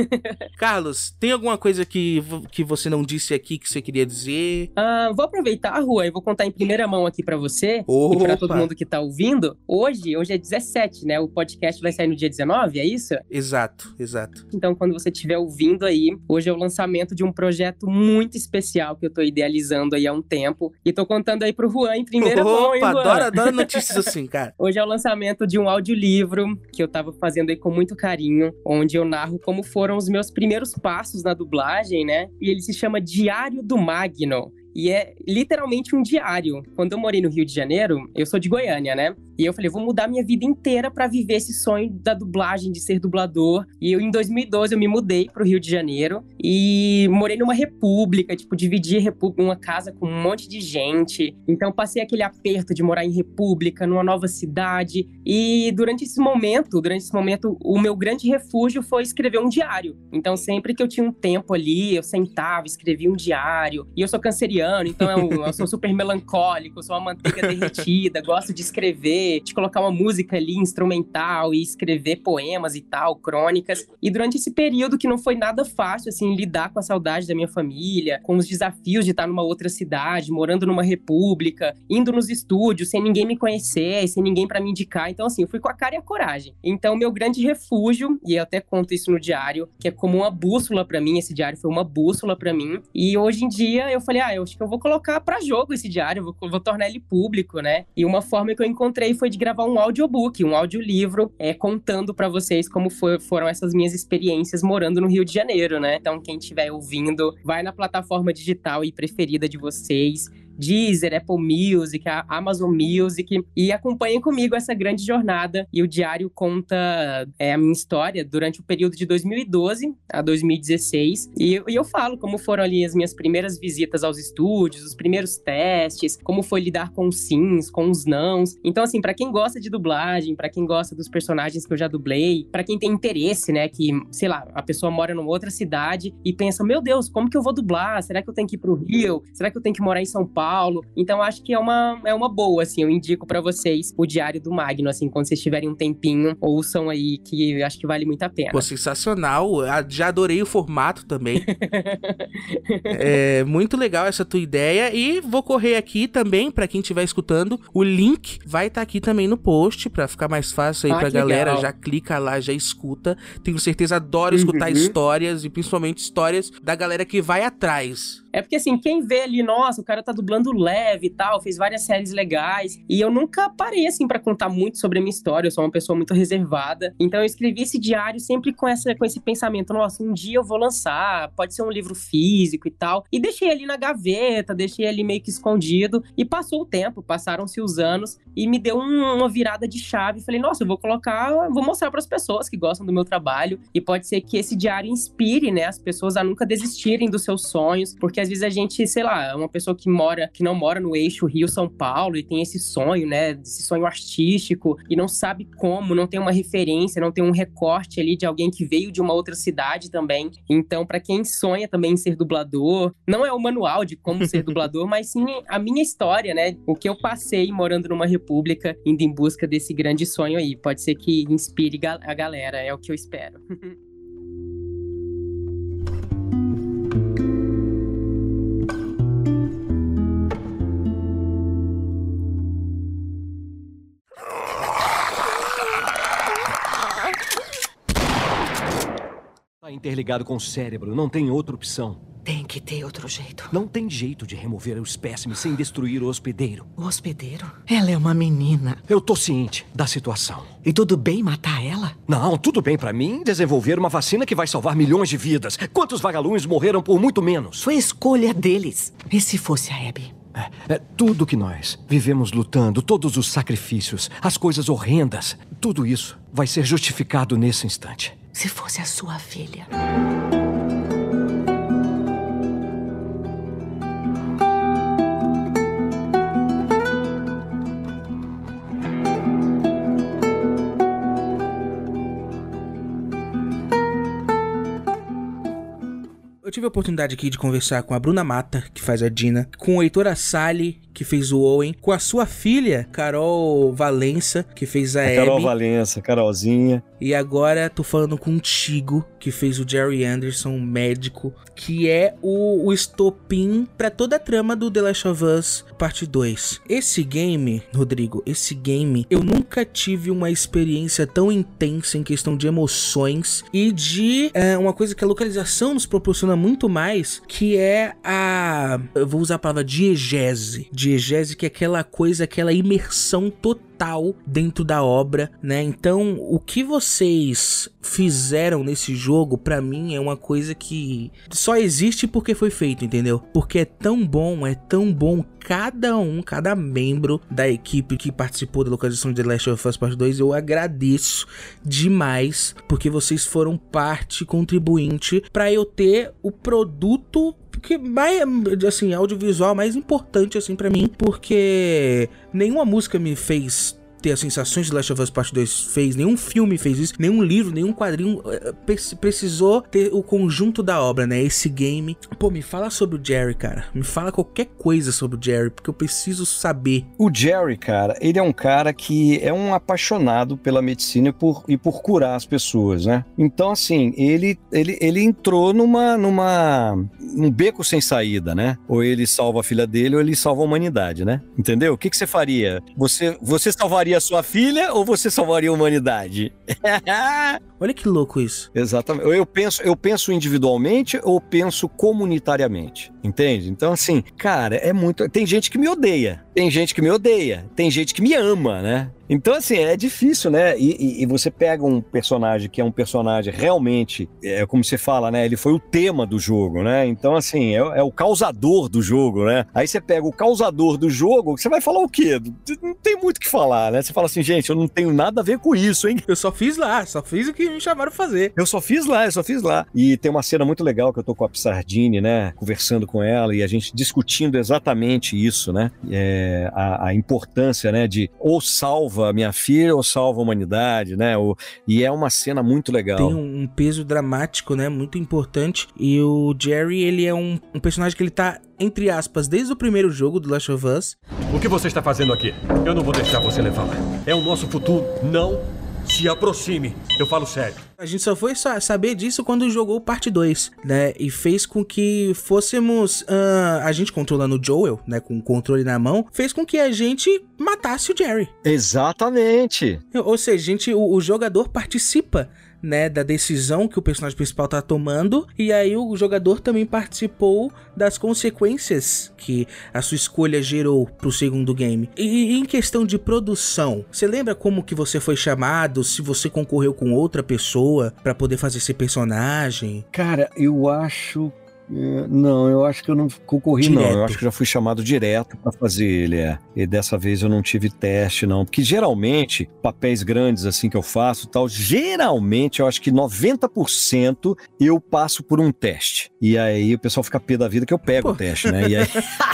Carlos, tem alguma coisa que, que você não disse aqui que você queria dizer? Ah, vou aproveitar, Rua, e vou contar em primeira mão aqui pra você Opa. e pra todo mundo que tá ouvindo. Hoje, hoje é dezessete, né? O podcast vai sair no dia dezenove, é isso? Exato, exato. Então, quando você estiver ouvindo aí, hoje é o lançamento de um projeto muito especial que eu tô idealizando aí há um tempo. E tô contando aí pro Juan em primeira Opa, mão, hein, Juan? adoro, adoro notícias assim, cara. Hoje é o lançamento de um audiolivro que eu tava fazendo aí com muito carinho, onde eu narro como foram os meus primeiros passos na dublagem, né? E ele se chama Diário do Magno. E é literalmente um diário. Quando eu morei no Rio de Janeiro, eu sou de Goiânia, né? E eu falei, vou mudar minha vida inteira pra viver esse sonho da dublagem, de ser dublador. E eu, em dois mil e doze, eu me mudei pro Rio de Janeiro e morei numa república, tipo, dividi a república, uma casa com um monte de gente. Então, passei aquele aperto de morar em república, numa nova cidade. E durante esse momento, durante esse momento, o meu grande refúgio foi escrever um diário. Então, sempre que eu tinha um tempo ali, eu sentava, escrevia um diário. E eu sou canceriano, então eu, eu sou super melancólico, sou uma manteiga derretida, gosto de escrever, de colocar uma música ali instrumental e escrever poemas e tal, crônicas. E durante esse período que não foi nada fácil, assim, lidar com a saudade da minha família, com os desafios de estar numa outra cidade, morando numa república, indo nos estúdios sem ninguém me conhecer, sem ninguém pra me indicar. Então, assim, eu fui com a cara e a coragem. Então, meu grande refúgio, e eu até conto isso no diário, que é como uma bússola pra mim, esse diário foi uma bússola pra mim. E hoje em dia eu falei, ah, eu acho que eu vou colocar pra jogo esse diário, eu vou, vou tornar ele público, né? E uma forma que eu encontrei foi de gravar um audiobook, um audiolivro, é, contando pra vocês como foi, foram essas minhas experiências morando no Rio de Janeiro, né? Então, quem estiver ouvindo, vai na plataforma digital e preferida de vocês, Deezer, Apple Music, a Amazon Music, e acompanhem comigo essa grande jornada. E o diário conta é, a minha história durante o período de dois mil e doze a dois mil e dezesseis, e, e eu falo como foram ali as minhas primeiras visitas aos estúdios, os primeiros testes, como foi lidar com os sims, com os nãos. Então, assim, pra quem gosta de dublagem, pra quem gosta dos personagens que eu já dublei, pra quem tem interesse, né, que, sei lá, a pessoa mora numa outra cidade e pensa, meu Deus, como que eu vou dublar? Será que eu tenho que ir pro Rio? Será que eu tenho que morar em São Paulo? Paulo. Então, acho que é uma, é uma boa, assim, eu indico pra vocês o Diário do Magno, assim, quando vocês tiverem um tempinho, ouçam aí, que acho que vale muito a pena. Pô, sensacional, já adorei o formato também. É muito legal essa tua ideia, e vou correr aqui também, pra quem estiver escutando, o link vai estar tá aqui também no post, pra ficar mais fácil aí ah, pra galera, legal. Já clica lá, já escuta. Tenho certeza, adoro escutar uhum. histórias, e principalmente histórias da galera que vai atrás. É porque, assim, quem vê ali, nossa, o cara tá dublando leve e tal, fez várias séries legais, e eu nunca parei, assim, pra contar muito sobre a minha história, eu sou uma pessoa muito reservada, então eu escrevi esse diário sempre com, essa, com esse pensamento, nossa, um dia eu vou lançar, pode ser um livro físico e tal, e deixei ali na gaveta, deixei ali meio que escondido, e passou o tempo, passaram-se os anos, e me deu um, uma virada de chave, falei, nossa, eu vou colocar, vou mostrar pras pessoas que gostam do meu trabalho, e pode ser que esse diário inspire, né, as pessoas a nunca desistirem dos seus sonhos, porque às vezes a gente, sei lá, uma pessoa que mora, que não mora no eixo Rio-São Paulo e tem esse sonho, né, esse sonho artístico e não sabe como, não tem uma referência, não tem um recorte ali de alguém que veio de uma outra cidade também. Então, pra quem sonha também em ser dublador, não é o manual de como ser dublador, mas sim a minha história, né, o que eu passei morando numa república, indo em busca desse grande sonho aí. Pode ser que inspire a galera, é o que eu espero. Tá interligado com o cérebro, não tem outra opção. Tem que ter outro jeito. Não tem jeito de remover o espécime sem destruir o hospedeiro. O hospedeiro? Ela é uma menina. Eu tô ciente da situação. E tudo bem matar ela? Não, tudo bem pra mim desenvolver uma vacina que vai salvar milhões de vidas. Quantos vagalumes morreram por muito menos? Foi escolha deles. E se fosse a Abby? É, é tudo que nós vivemos lutando, todos os sacrifícios, as coisas horrendas, tudo isso vai ser justificado nesse instante. Se fosse a sua filha. Eu tive a oportunidade aqui de conversar com a Bruna Mata, que faz a Dina, com o Heitor Assali, que fez o Owen, com a sua filha, Carol Valença, que fez a, a Abby. Carol Valença, Carolzinha. E agora tô falando contigo, que fez o Jerry Anderson, médico, que é o, o estopim pra toda a trama do The Last of Us Parte dois. Esse game, Rodrigo, esse game, eu nunca tive uma experiência tão intensa em questão de emoções e de é, uma coisa que a localização nos proporciona muito mais, que é a... eu vou usar a palavra diegese. Diegese, que é aquela coisa, aquela imersão total dentro da obra, né? Então, o que vocês fizeram nesse jogo, pra mim, é uma coisa que só existe porque foi feito, entendeu? Porque é tão bom, é tão bom cada um, cada membro da equipe que participou da localização de The Last of Us Part dois, eu agradeço demais, porque vocês foram parte contribuinte pra eu ter o produto que mais, assim, audiovisual mais importante, assim, pra mim, porque nenhuma música me fez ter as sensações de Last of Us Part dois fez, nenhum filme fez isso, nenhum livro, nenhum quadrinho precisou ter o conjunto da obra, né? Esse game. Pô, me fala sobre o Jerry, cara. Me fala qualquer coisa sobre o Jerry, porque eu preciso saber. O Jerry, cara, ele é um cara que é um apaixonado pela medicina e por, e por curar as pessoas, né? Então, assim, ele, ele, ele entrou numa, numa, num beco sem saída, né? Ou ele salva a filha dele, ou ele salva a humanidade, né? Entendeu? O que, que você faria? Você, você salvaria a sua filha ou você salvaria a humanidade? Olha que louco isso. Exatamente. Eu penso, eu penso individualmente ou penso comunitariamente, entende? Então, assim, cara, é muito... Tem gente que me odeia, tem gente que me odeia, tem gente que me ama, né? Então, assim, é difícil, né? E, e, e você pega um personagem que é um personagem realmente, é como você fala, né? Ele foi o tema do jogo, né? Então, assim, é, é o causador do jogo, né? Aí você pega o causador do jogo, você vai falar o quê? Não tem muito o que falar, né? Você fala assim, gente, eu não tenho nada a ver com isso, hein? Eu só fiz lá, só fiz o que me chamaram pra fazer. Eu só fiz lá, eu só fiz lá. E tem uma cena muito legal que eu tô com a Pissardini, né? Conversando com ela e a gente discutindo exatamente isso, né? É, a, a importância, né? De ou salva a minha filha ou salva a humanidade, né? O, e é uma cena muito legal. Tem um, um peso dramático, né? Muito importante. E o Jerry, ele é um, um personagem que ele tá, entre aspas, desde o primeiro jogo do Last of Us. O que você está fazendo aqui? Eu não vou deixar você levá-la. É o nosso futuro. Não se aproxime. Eu falo sério. A gente só foi saber disso quando jogou parte dois, né? E fez com que fôssemos... Uh, a gente controlando o Joel, né? Com o controle na mão, fez com que a gente matasse o Jerry. Exatamente. Ou seja, a gente, o, o jogador participa, né, da decisão que o personagem principal tá tomando, e aí o jogador também participou das consequências que a sua escolha gerou pro segundo game. E, e em questão de produção, você lembra como que você foi chamado, se você concorreu com outra pessoa pra poder fazer esse personagem? Cara, eu acho... Não, eu acho que eu não concorri, direto. Não. Eu acho que já fui chamado direto pra fazer ele, é. E dessa vez eu não tive teste, não. Porque geralmente, papéis grandes assim que eu faço tal, geralmente eu acho que noventa por cento eu passo por um teste. E aí o pessoal fica pé da vida que eu pego Pô. o teste, né? E aí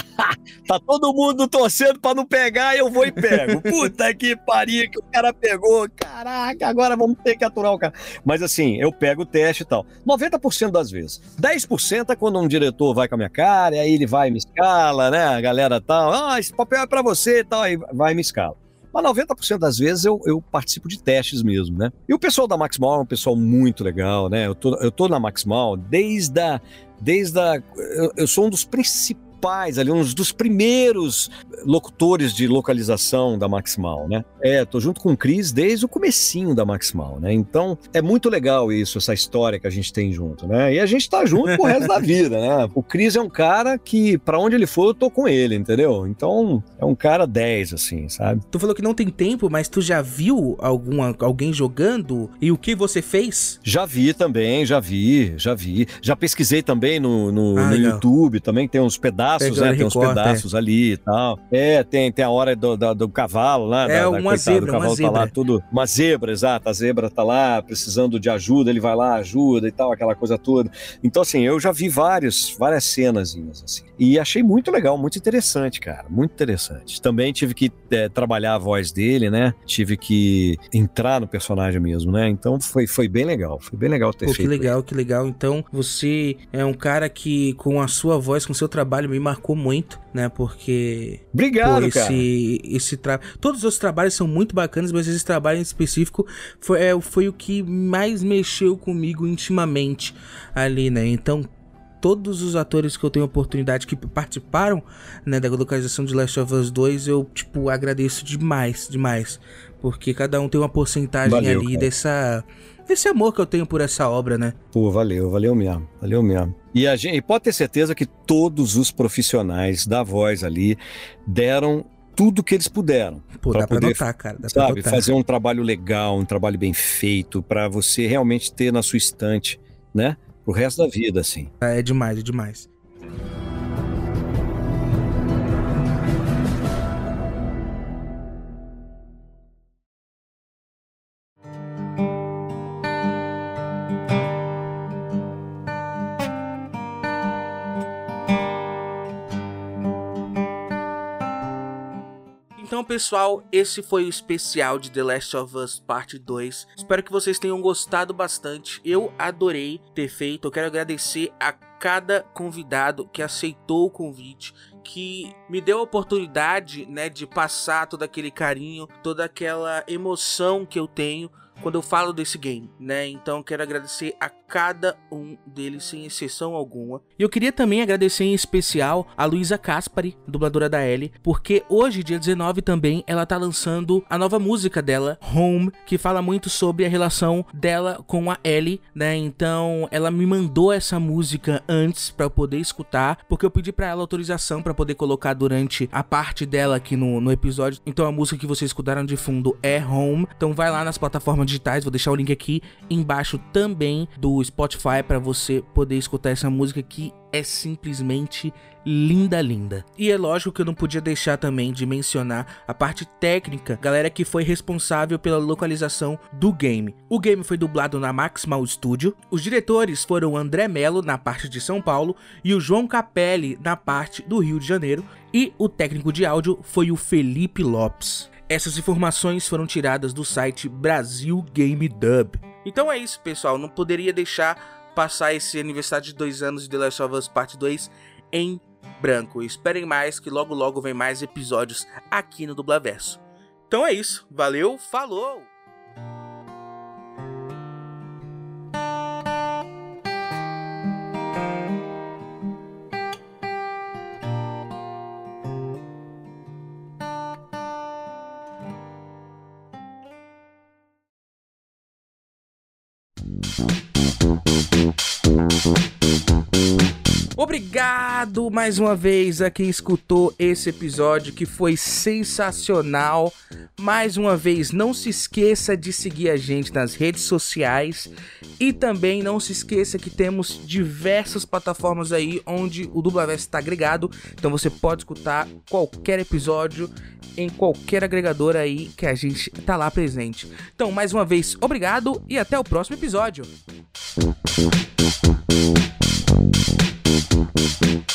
tá todo mundo torcendo pra não pegar e eu vou e pego. Puta que pariu que o cara pegou. Caraca, agora vamos ter que aturar o cara. Mas assim, eu pego o teste e tal. noventa por cento das vezes. dez por cento é quando um diretor vai com a minha cara, e aí ele vai e me escala, né? A galera tal, ah, esse papel é pra você e tal, aí vai e me escala. Mas noventa por cento das vezes eu, eu participo de testes mesmo, né? E o pessoal da Maximal é um pessoal muito legal, né? Eu tô, eu tô na Maximal desde a... Desde a eu, eu sou um dos principais ali, um dos primeiros locutores de localização da Maximal, né? É, tô junto com o Chris desde o comecinho da Maximal, né? Então, é muito legal isso, essa história que a gente tem junto, né? E a gente tá junto pro resto da vida, né? O Chris é um cara que, pra onde ele for, eu tô com ele, entendeu? Então, é um cara dez, assim, sabe? Tu falou que não tem tempo, mas tu já viu alguma, alguém jogando? E o que você fez? Já vi também, já vi, já vi. Já pesquisei também no, no, ah, no YouTube, também tem uns pedaços Pedaços, né? Tem uns pedaços é. ali e tal. É, tem, tem a hora do, do, do cavalo lá. É da, uma da, zebra, do cavalo uma zebra. Tá lá, tudo, uma zebra, exato. A zebra tá lá precisando de ajuda, ele vai lá, ajuda e tal, aquela coisa toda. Então, assim, eu já vi vários, várias cenazinhas, assim. E achei muito legal, muito interessante, cara. Muito interessante. Também tive que é, trabalhar a voz dele, né? Tive que entrar no personagem mesmo, né? Então, foi, foi bem legal. Foi bem legal ter Pô, feito que legal, isso. que legal. Então, você é um cara que, com a sua voz, com o seu trabalho, me marcou muito, né? Porque... Obrigado, pô, esse, cara. Esse tra... Todos os trabalhos são muito bacanas, mas esse trabalho em específico foi, é, foi o que mais mexeu comigo intimamente ali, né? Então, todos os atores que eu tenho oportunidade que participaram, né, da localização de Last of Us dois, eu, tipo, agradeço demais, demais. Porque cada um tem uma porcentagem Valeu, ali cara. dessa... desse amor que eu tenho por essa obra, né? Pô, valeu, valeu mesmo, valeu mesmo. E a gente e pode ter certeza que todos os profissionais da voz ali deram tudo que eles puderam. Pô, pra dá pra poder, notar, cara, dá pra sabe, notar. fazer um trabalho legal, um trabalho bem feito, pra você realmente ter na sua estante, né? Pro resto da vida, assim. É demais, é demais. Então, pessoal, esse foi o especial de The Last of Us Parte dois. Espero que vocês tenham gostado bastante. Eu adorei ter feito. Eu quero agradecer a cada convidado que aceitou o convite, que me deu a oportunidade, né, de passar todo aquele carinho, toda aquela emoção que eu tenho quando eu falo desse game, né? Então quero agradecer a cada um deles, sem exceção alguma. E eu queria também agradecer em especial a Luísa Caspari, dubladora da Ellie, porque hoje, dia dezenove também, ela tá lançando a nova música dela, Home, que fala muito sobre a relação dela com a Ellie, né? Então ela me mandou essa música antes pra eu poder escutar, porque eu pedi pra ela autorização pra poder colocar durante a parte dela aqui no, no episódio. Então a música que vocês escutaram de fundo é Home. Então vai lá nas plataformas digitais, vou deixar o link aqui embaixo também do Spotify para você poder escutar essa música que é simplesmente linda, linda. E é lógico que eu não podia deixar também de mencionar a parte técnica, galera que foi responsável pela localização do game. O game foi dublado na Maximal Studio, os diretores foram o André Mello na parte de São Paulo e o João Capelli na parte do Rio de Janeiro, e o técnico de áudio foi o Felipe Lopes. Essas informações foram tiradas do site Brasil Game Dub. Então é isso, pessoal, não poderia deixar passar esse aniversário de dois anos de The Last of Us Parte dois em branco. Esperem mais, que logo logo vem mais episódios aqui no Dublaverso. Então é isso, valeu, falou! Obrigado mais uma vez a quem escutou esse episódio, que foi sensacional. Mais uma vez, não se esqueça de seguir a gente nas redes sociais e também não se esqueça que temos diversas plataformas aí onde o Dublaverso está agregado, então você pode escutar qualquer episódio em qualquer agregador aí que a gente tá lá presente. Então, mais uma vez, obrigado e até o próximo episódio. Thank you.